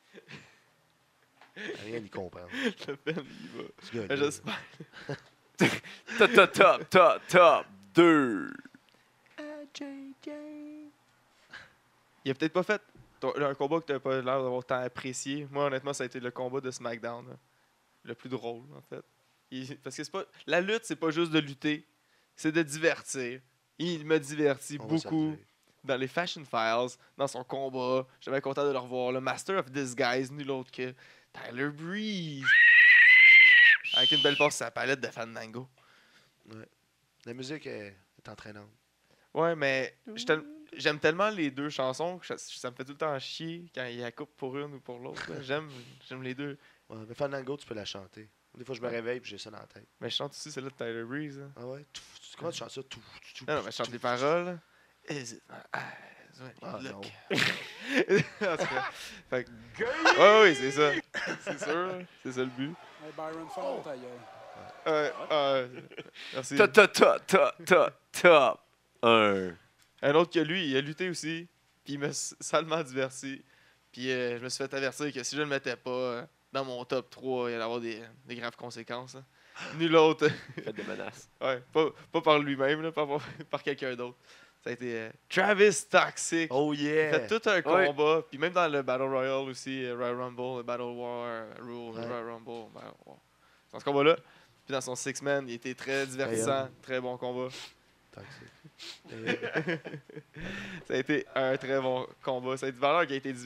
Rien n'y comprendre. Le Ben, il va. Ce gars-là. Mais j'espère. Top 2. Il a peut-être pas fait un combat que t'as pas l'air d'avoir tant apprécié. Moi, honnêtement, ça a été le combat de SmackDown. Là. Le plus drôle, en fait. Parce que c'est pas. La lutte, c'est pas juste de lutter, c'est de divertir. Il m'a diverti On va se le beaucoup dire. dans les Fashion Files, dans son combat. J'étais content de le revoir. Le Master of Disguise, nul autre que Tyler Breeze. Avec une belle passe sur sa palette de Fandango. La musique est entraînante. Ouais, mais j'aime tellement les deux chansons que ça me fait tout le temps chier quand il y a coupe pour une ou pour l'autre. là. J'aime les deux. Ouais, mais Fandango, tu peux la chanter. Des fois, je me réveille et j'ai ça dans la tête. Mais je chante aussi celle-là de Tyler Breeze. hein. Ah ouais? Comment tu chantes ça? Non, mais je chante les paroles. Is it my eyes when Ah, you non. look? En tout cas, fait que- ouais, oui, c'est ça. C'est sûr. C'est ça le but. Hey, Byron, ferme ta gueule. Merci. Top 1. Un autre que lui, il a lutté aussi. Puis il m'a salement diverti. Puis je me suis fait avertir que si je ne le mettais pas dans mon top 3, il allait avoir des graves conséquences. hein. Nul autre. Faites des menaces. Ouais, pas par lui-même, là, par quelqu'un d'autre. Ça a été Travis Toxic. Oh Il yeah! fait tout un Ouais. combat. Puis même dans le Battle Royale aussi, Royal Rumble, le Battle War, Rule, Ouais. Royal Rumble, Battle War. Dans ce combat-là. Puis dans son Six-Man, il était très divertissant. D'ailleurs. Très bon combat. Toxic. Ça a été un très bon combat. Ça a été Valeur qui a été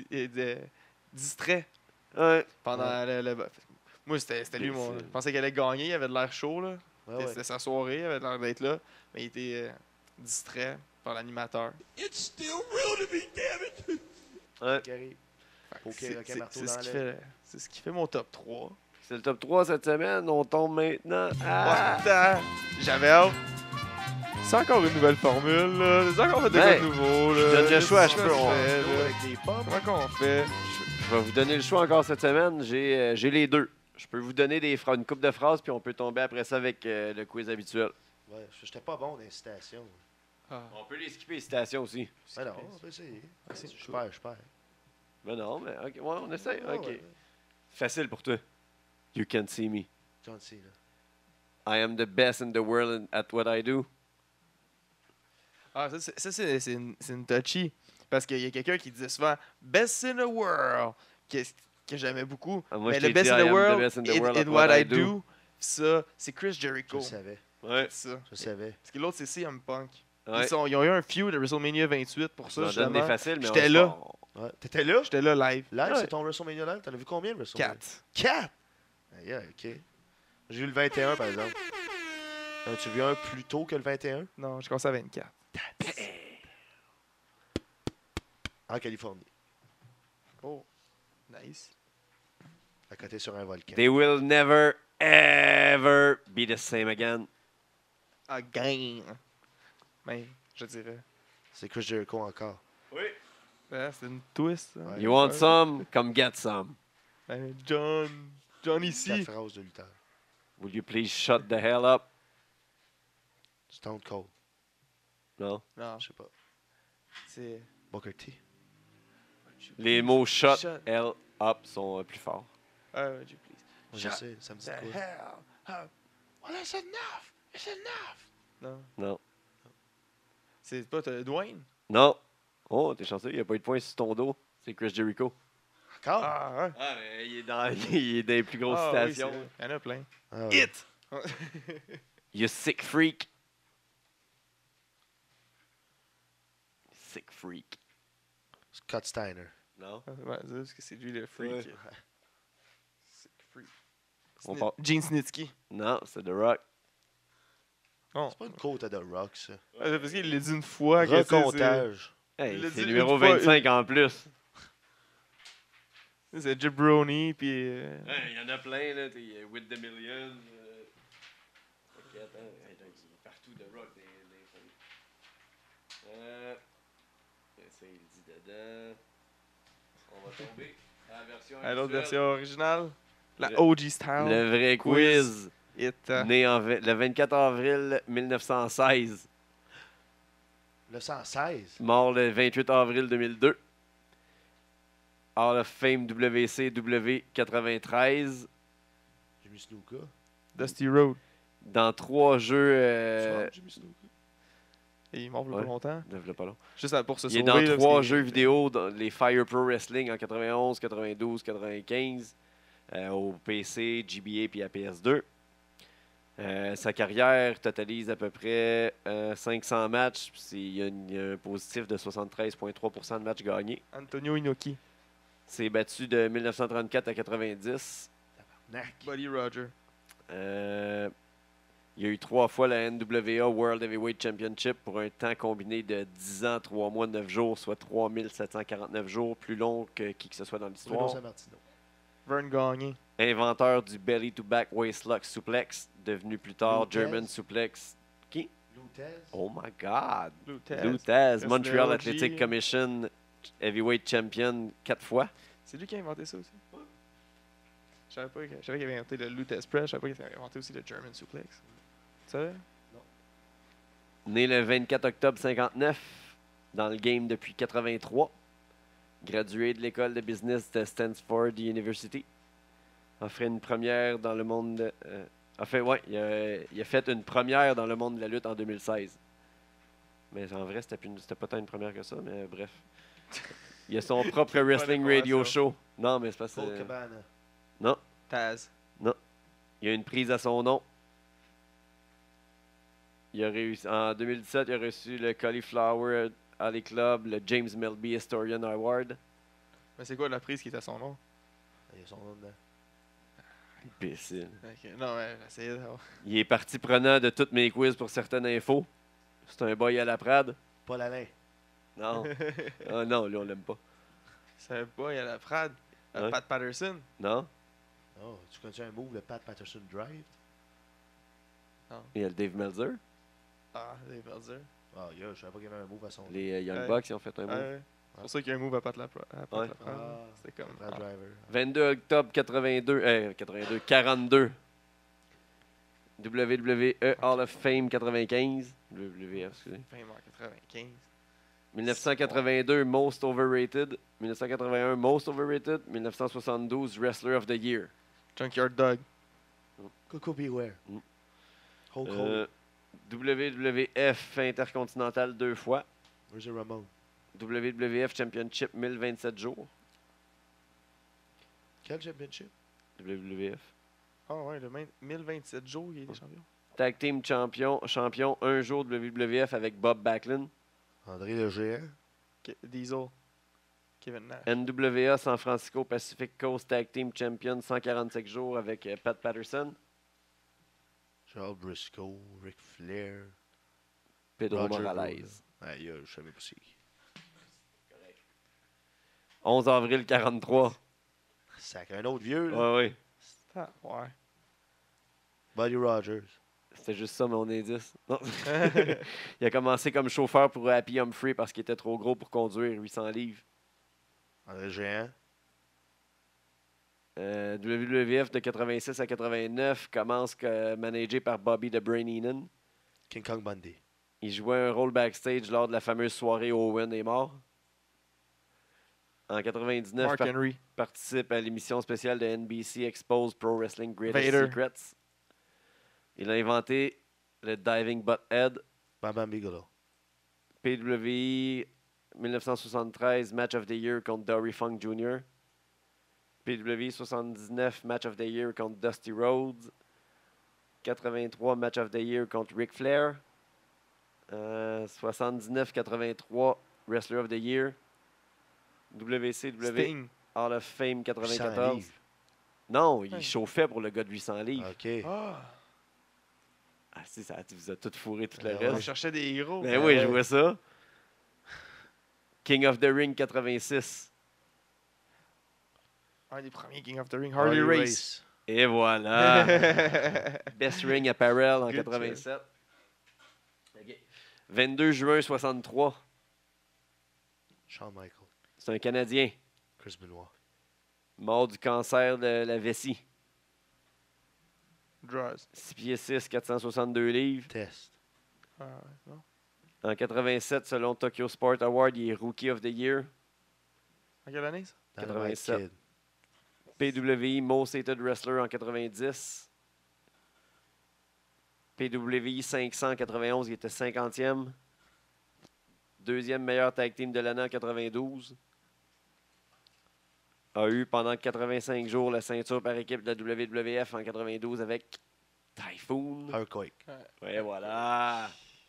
distrait Ouais. pendant le. Moi, c'était lui. Mais Je pensais qu'il allait gagner. Il avait de l'air chaud. Là. Ouais, ouais. C'était sa soirée. Il avait l'air d'être là. Mais il était distrait par l'animateur. It's still real to me, damn it! Ouais. Qui arrive. Poker C'est- avec un c'est- marteau c'est ce dans qui l'aile. c'est ce qui fait mon top 3. C'est le top 3 cette semaine. On tombe maintenant à... Attends, j'avais hâte. C'est encore une nouvelle formule, là. C'est encore fait de Ouais. quoi de nouveau, là. Je donne le choix, Qu'est-ce je peux- qu'on on- fait, là? Avec des pommes. Comment qu'on fait? Je vais vous donner le choix encore cette semaine. J'ai les deux. Je peux vous donner une coupe de phrases, puis on peut tomber après ça avec le quiz habituel. Ouais, j'étais pas bon dans les citations. Ah. On peut les skipper les citations aussi. Mais non, on peut essayer. c'est Je perds. Mais non, mais ok, ouais, on essaye. Ouais, Ok. ouais. Facile pour toi. You can see me. John C. Là. I am the best in the world at what I do. Ah, c'est une touchy. Parce qu'il y a quelqu'un qui disait souvent Best in the world, que j'aimais beaucoup. Ah, moi, mais je le t'ai best dit, in I the am world, the best in the world in at what I do. Ça, c'est Chris Je Jericho. le savais. Ouais. C'est ça. Je le savais. Parce que l'autre, c'est CM Punk. Ouais. Ils ont eu un feud de WrestleMania 28 pour Je ça, vous en donne des justement. faciles, mais J'étais on- là. Ouais. T'étais là? J'étais là live. Live, Ouais. c'est ton WrestleMania Live? T'en as vu combien de WrestleMania? 4. 4? Aïe, ok. J'ai eu le 21, par exemple. As-tu vu un plus tôt que le 21? Non, j'ai commencé à 24. En Californie. Oh, nice. À côté sur un volcan. They will never, ever be the same again. Again. Mais, je dirais. C'est Chris Jericho encore. Oui. C'est une twist. hein. Ouais. You want some? Come get some. John ici. 4 phrases de lutteur. Will you please shut the hell up? Stone Cold. Non. Non, Je sais pas. c'est. Booker T. Les mots shut, Shut. hell up sont plus forts. Would you please? Je Shut sais, ça me dit the quoi. hell up. Well, it's enough! It's enough! Non. Non. C'est pas Dwayne? Non. Oh, t'es chanceux, il n'y a pas eu de point sur ton dos. C'est Chris Jericho. Encore? Ah, ouais. Ah, mais il est dans, il est dans les plus grosses Ah, oui, citations. c'est vrai. Il y en a plein. Ah, ouais. Hit! You sick freak. Sick freak. Scott Steiner. Non. Ouais, c'est parce que c'est lui le freak. Ouais. Sick freak. On part- Gene Snitsky. Non, c'est The Rock. Oh. C'est pas une côte à The Rock, ça. Ouais, parce qu'il l'a dit une fois. que c'est- Recomptage. Hey, Il l'a c'est dit numéro une fois, 25 en plus. C'est Jabroni, puis. Il y en a plein, là. With the Million. Ok, attends. Il est partout The Rock dans les ça, il dit dedans. On va tomber à la version À l'autre habituelle. version originale. La Le- OG style. Le vrai quiz. Né le 24 avril 1916. Le 116. Mort le 28 avril 2002. Hall of Fame WCW 93. Jimmy Snuka. Dusty Road. Dans 3 jeux. Tu vois, Jimmy Snuka. Et il est mort il y a Ouais. pas longtemps. Pas long. Juste pour se Il est sauver. dans là, 3 parce jeux qu'il- vidéo, dans les Fire Pro Wrestling en 91, 92, 95, au PC, GBA puis à PS2. Sa carrière totalise à peu près 500 matchs. Puis il y a un positif de 73,3% de matchs gagnés. Antonio Inoki. C'est battu de 1934 à 90. Tabarnak. Buddy Roger. Il y a eu 3 fois la NWA World Heavyweight Championship pour un temps combiné de 10 ans, 3 mois, 9 jours, soit 3749 jours, plus long que qui que ce soit dans Bruno l'histoire. Sammartino. Vern Gagné. Inventeur du Belly to Back Waistlock Suplex, devenu plus tard Lutez. German Suplex. Qui? Lutez. Oh my God! Lutez. Lutez, Montreal OG. Athletic Commission Heavyweight Champion 4 fois. C'est lui qui a inventé ça aussi. Je savais qu'il avait inventé le Lutez Press. Je savais pas qu'il avait inventé aussi le German Suplex. Tu savais? Né le 24 octobre 59, dans le game depuis 83. Gradué de l'école de business de Stanford University. A fait une première dans le monde. Il a fait une première dans le monde de la lutte en 2016. Mais en vrai, c'était pas tant une première que ça, mais bref. Il a son propre wrestling radio show. Non, mais c'est pas ça. Paul Cabana. Non, Taz. il a une prise à son nom. Il a réussi, en 2017, il a reçu le Cauliflower Alley Club, le James Melby Historian Award. Mais c'est quoi la prise qui est à son nom? Il y a son nom dedans. Imbécile. Ok. Non, ouais, j'essayais d'avoir. Il est partie prenant de toutes mes quiz pour certaines infos. C'est un boy à la Prade. Paul Alain. Non. Ah non, lui, on l'aime pas. C'est un boy à la Prade. Ouais. Pat Patterson. Non. Oh, tu connais un move, le Pat Patterson Drive? Il y a le Dave Meltzer. Ah, les Belzer. Ah, je savais pas qu'il y avait un move à son nom. Les Young Ouais. Bucks, ils ont fait un move. Ouais. C'est pour ça qu'il y a un move à Pat la Prade. Ouais. Ah, C'était comme. Pat Ah. Driver. 22 octobre 42. WWE Hall of Fame 95. WWF, excusez. Fin mort 95. 1982, Most Overrated. 1981, Most Overrated. 1972, Wrestler of the Year. Junkyard Dog. Coco Beware. Mm. Hulk Hogan. WWF Intercontinental 2 fois. Where's the Ramon? WWF Championship 1027 jours. Quel championship? WWF. Ah ouais, le même 1027 jours, il était champion. Tag Team champion un jour WWF avec Bob Backlund. André le Géant. Diesel. Kevin Nash. NWA San Francisco Pacific Coast Tag Team Champion 145 jours avec Pat Patterson. Charles Briscoe. Ric Flair. Pedro Roger Morales. Aïe, je savais pas si. 11 avril 43. Sac un autre vieux, là. Ouais, ouais. Ah, ouais. Buddy Rogers. C'était juste ça mon indice. Non. Il a commencé comme chauffeur pour Happy Humphrey parce qu'il était trop gros pour conduire 800 livres. André le Géant. WWF de 86 à 89 commence managé par Bobby the Brain Heenan. King Kong Bundy. Il jouait un rôle backstage lors de la fameuse soirée où Owen est mort. En 99, Mark Henry. participe à l'émission spéciale de NBC Expose Pro Wrestling Greatest Vader. Secrets. Il a inventé le Diving Butt Head. Bam Bam Bigelow. PWI 1973 Match of the Year contre Dory Funk Jr. PWI 79 Match of the Year contre Dusty Rhodes. 83 Match of the Year contre Ric Flair. 79-83 Wrestler of the Year. WCW Sting. Hall of Fame 800 94. livres. Non, il Ouais. chauffait pour le gars de 800 livres. OK. Ah, Ah, si, ça vous a tout fourré tout le Ah ouais. on reste. cherchait des héros. Ben oui, je vois ça. King of the Ring 86. Un des premiers King of the Ring, Harley Race. Et voilà. Best Ring Apparel en Good 87. OK. 22 juin 63. Shawn Michaels. C'est un Canadien. Chris Benoit. Mort du cancer de la vessie. Draws. 6 pieds 6, 462 livres. Test. Ah, ouais, non. En 87, selon Tokyo Sport Award, il est Rookie of the Year. En quelle année, ça? 87. Kid. PWI Most Hated Wrestler en 90. PWI 591, il était 50e. Deuxième meilleur tag team de l'année en 92. A eu pendant 85 jours la ceinture par équipe de la WWF en 92 avec Typhoon. Earthquake. Ouais, voilà.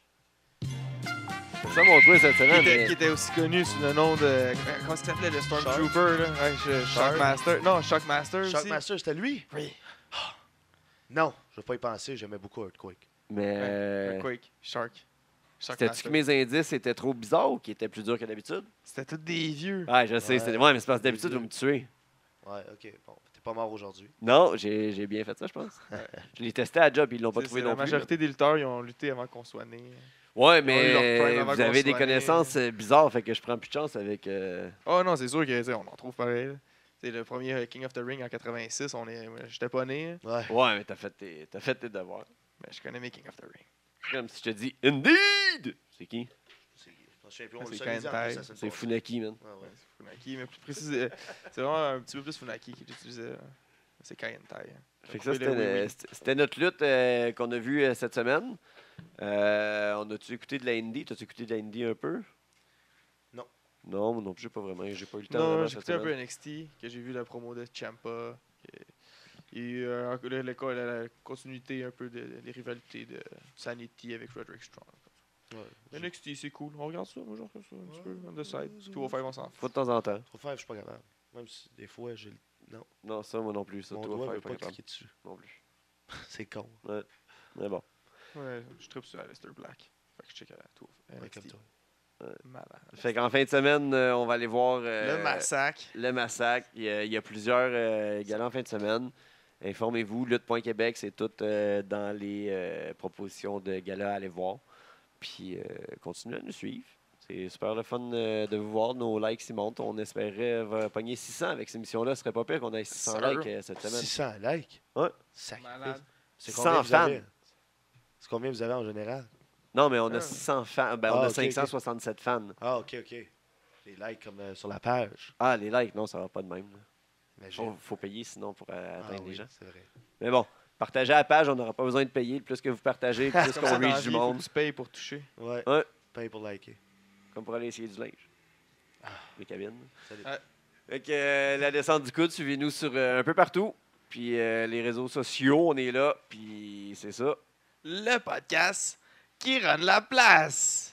C'est ça mon quiz cette semaine. Qui était aussi connu sous le nom de. Comment ça s'appelait, le Stormtrooper, là? Ouais, Shockmaster. Non, Shockmaster aussi. Shockmaster, c'était lui? Oui. Non, je vais pas y penser. J'aimais beaucoup Earthquake. Mais Quake. c'était-tu que mes indices étaient trop bizarres ou qui étaient plus durs que d'habitude? C'était tous des vieux. Ouais, je sais. Ouais. Ouais, mais c'est parce que d'habitude, vous me tuez. Ouais, OK. Bon, t'es pas mort aujourd'hui. Non, j'ai bien fait ça, je pense. Je l'ai testé à job, ils l'ont pas trouvé non La plus. majorité des lutteurs, ils ont lutté avant qu'on soit nés. Ouais, Ils ont eu leur prime mais avant vous qu'on avez des soit connaissances bizarres, fait que je prends plus de chance avec. Oh non, c'est sûr que on en trouve pareil. Là. C'est le premier King of the Ring en 86. J'étais pas né, Ouais. Ouais, mais t'as fait tes devoirs. mais je connais mes King of the Ring. Comme si je te dis Indeed! C'est qui? Je me souviens plus, on C'est le savait Kaintai. dit en plus, ça, C'est Funaki, man. Ouais, ouais. C'est Funaki, mais plus précis, c'est vraiment un petit peu plus Funaki qui l'utilisait. C'est Kaintai. Fait que ça, c'était notre lutte qu'on a vue cette semaine. On a-tu écouté de la indie? T'as-tu écouté de la indie un peu? Non. Non, moi non plus, j'ai pas vraiment. J'ai pas eu le temps. Non, vraiment j'ai cette écouté un peu semaine. NXT, que j'ai vu la promo de Ciampa. Il y a eu la continuité un peu des rivalités de Sanity avec Roderick Strong. Ouais. NXT, c'est cool. On regarde ça, moi, je regarde ça un petit peu. On the side. 205, on s'en fout. Faut de temps en temps. Trop faire, je suis pas capable. Même si des fois, j'ai le. Non, Non, ça, moi non plus. Ça, mon toi, doigt faire, veut pas pas capable. cliquer dessus. Non plus. C'est con. Mais bon. Ouais, je tripe sur Aleister Black. Fait que je check à la tour. Ouais, comme toi. Malade. Fait qu'en fin de semaine, on va aller voir Le massacre. le massacre. Il y a plusieurs galas en fin de semaine. Informez-vous, Lutte.Québec, c'est tout dans les propositions de galas à aller voir. Puis continuez à nous suivre. C'est super le fun de vous voir. Nos likes ils montent. On espérait pogner 600 avec cette émission-là. Ce serait pas pire qu'on ait 600 Sûr. likes cette semaine. 600 likes? Ouais. Sacré. Malade. C'est 600 combien vous fans. avez? C'est combien vous avez en général? Non, mais on a Ah. 600 fans. Ben, on Ah, a ok, 567 fans. Ah, OK. Les likes comme sur la page. Ah, les likes, non, ça va pas de même. Imagine. Faut payer sinon pour atteindre oui, les gens. c'est vrai. Mais bon, partagez la page, on n'aura pas besoin de payer. Plus que vous partagez, plus Comme qu'on ça, dans la reach vie, du il faut monde. que tu payes pour toucher. Ouais. Ouais. Paye pour liker. Comme pour aller essayer du linge. Les cabines. Salut. Ouais. Fait que la descente du coude, suivez-nous sur un peu partout. Puis les réseaux sociaux, on est là. Puis c'est ça. Le podcast qui rend la place.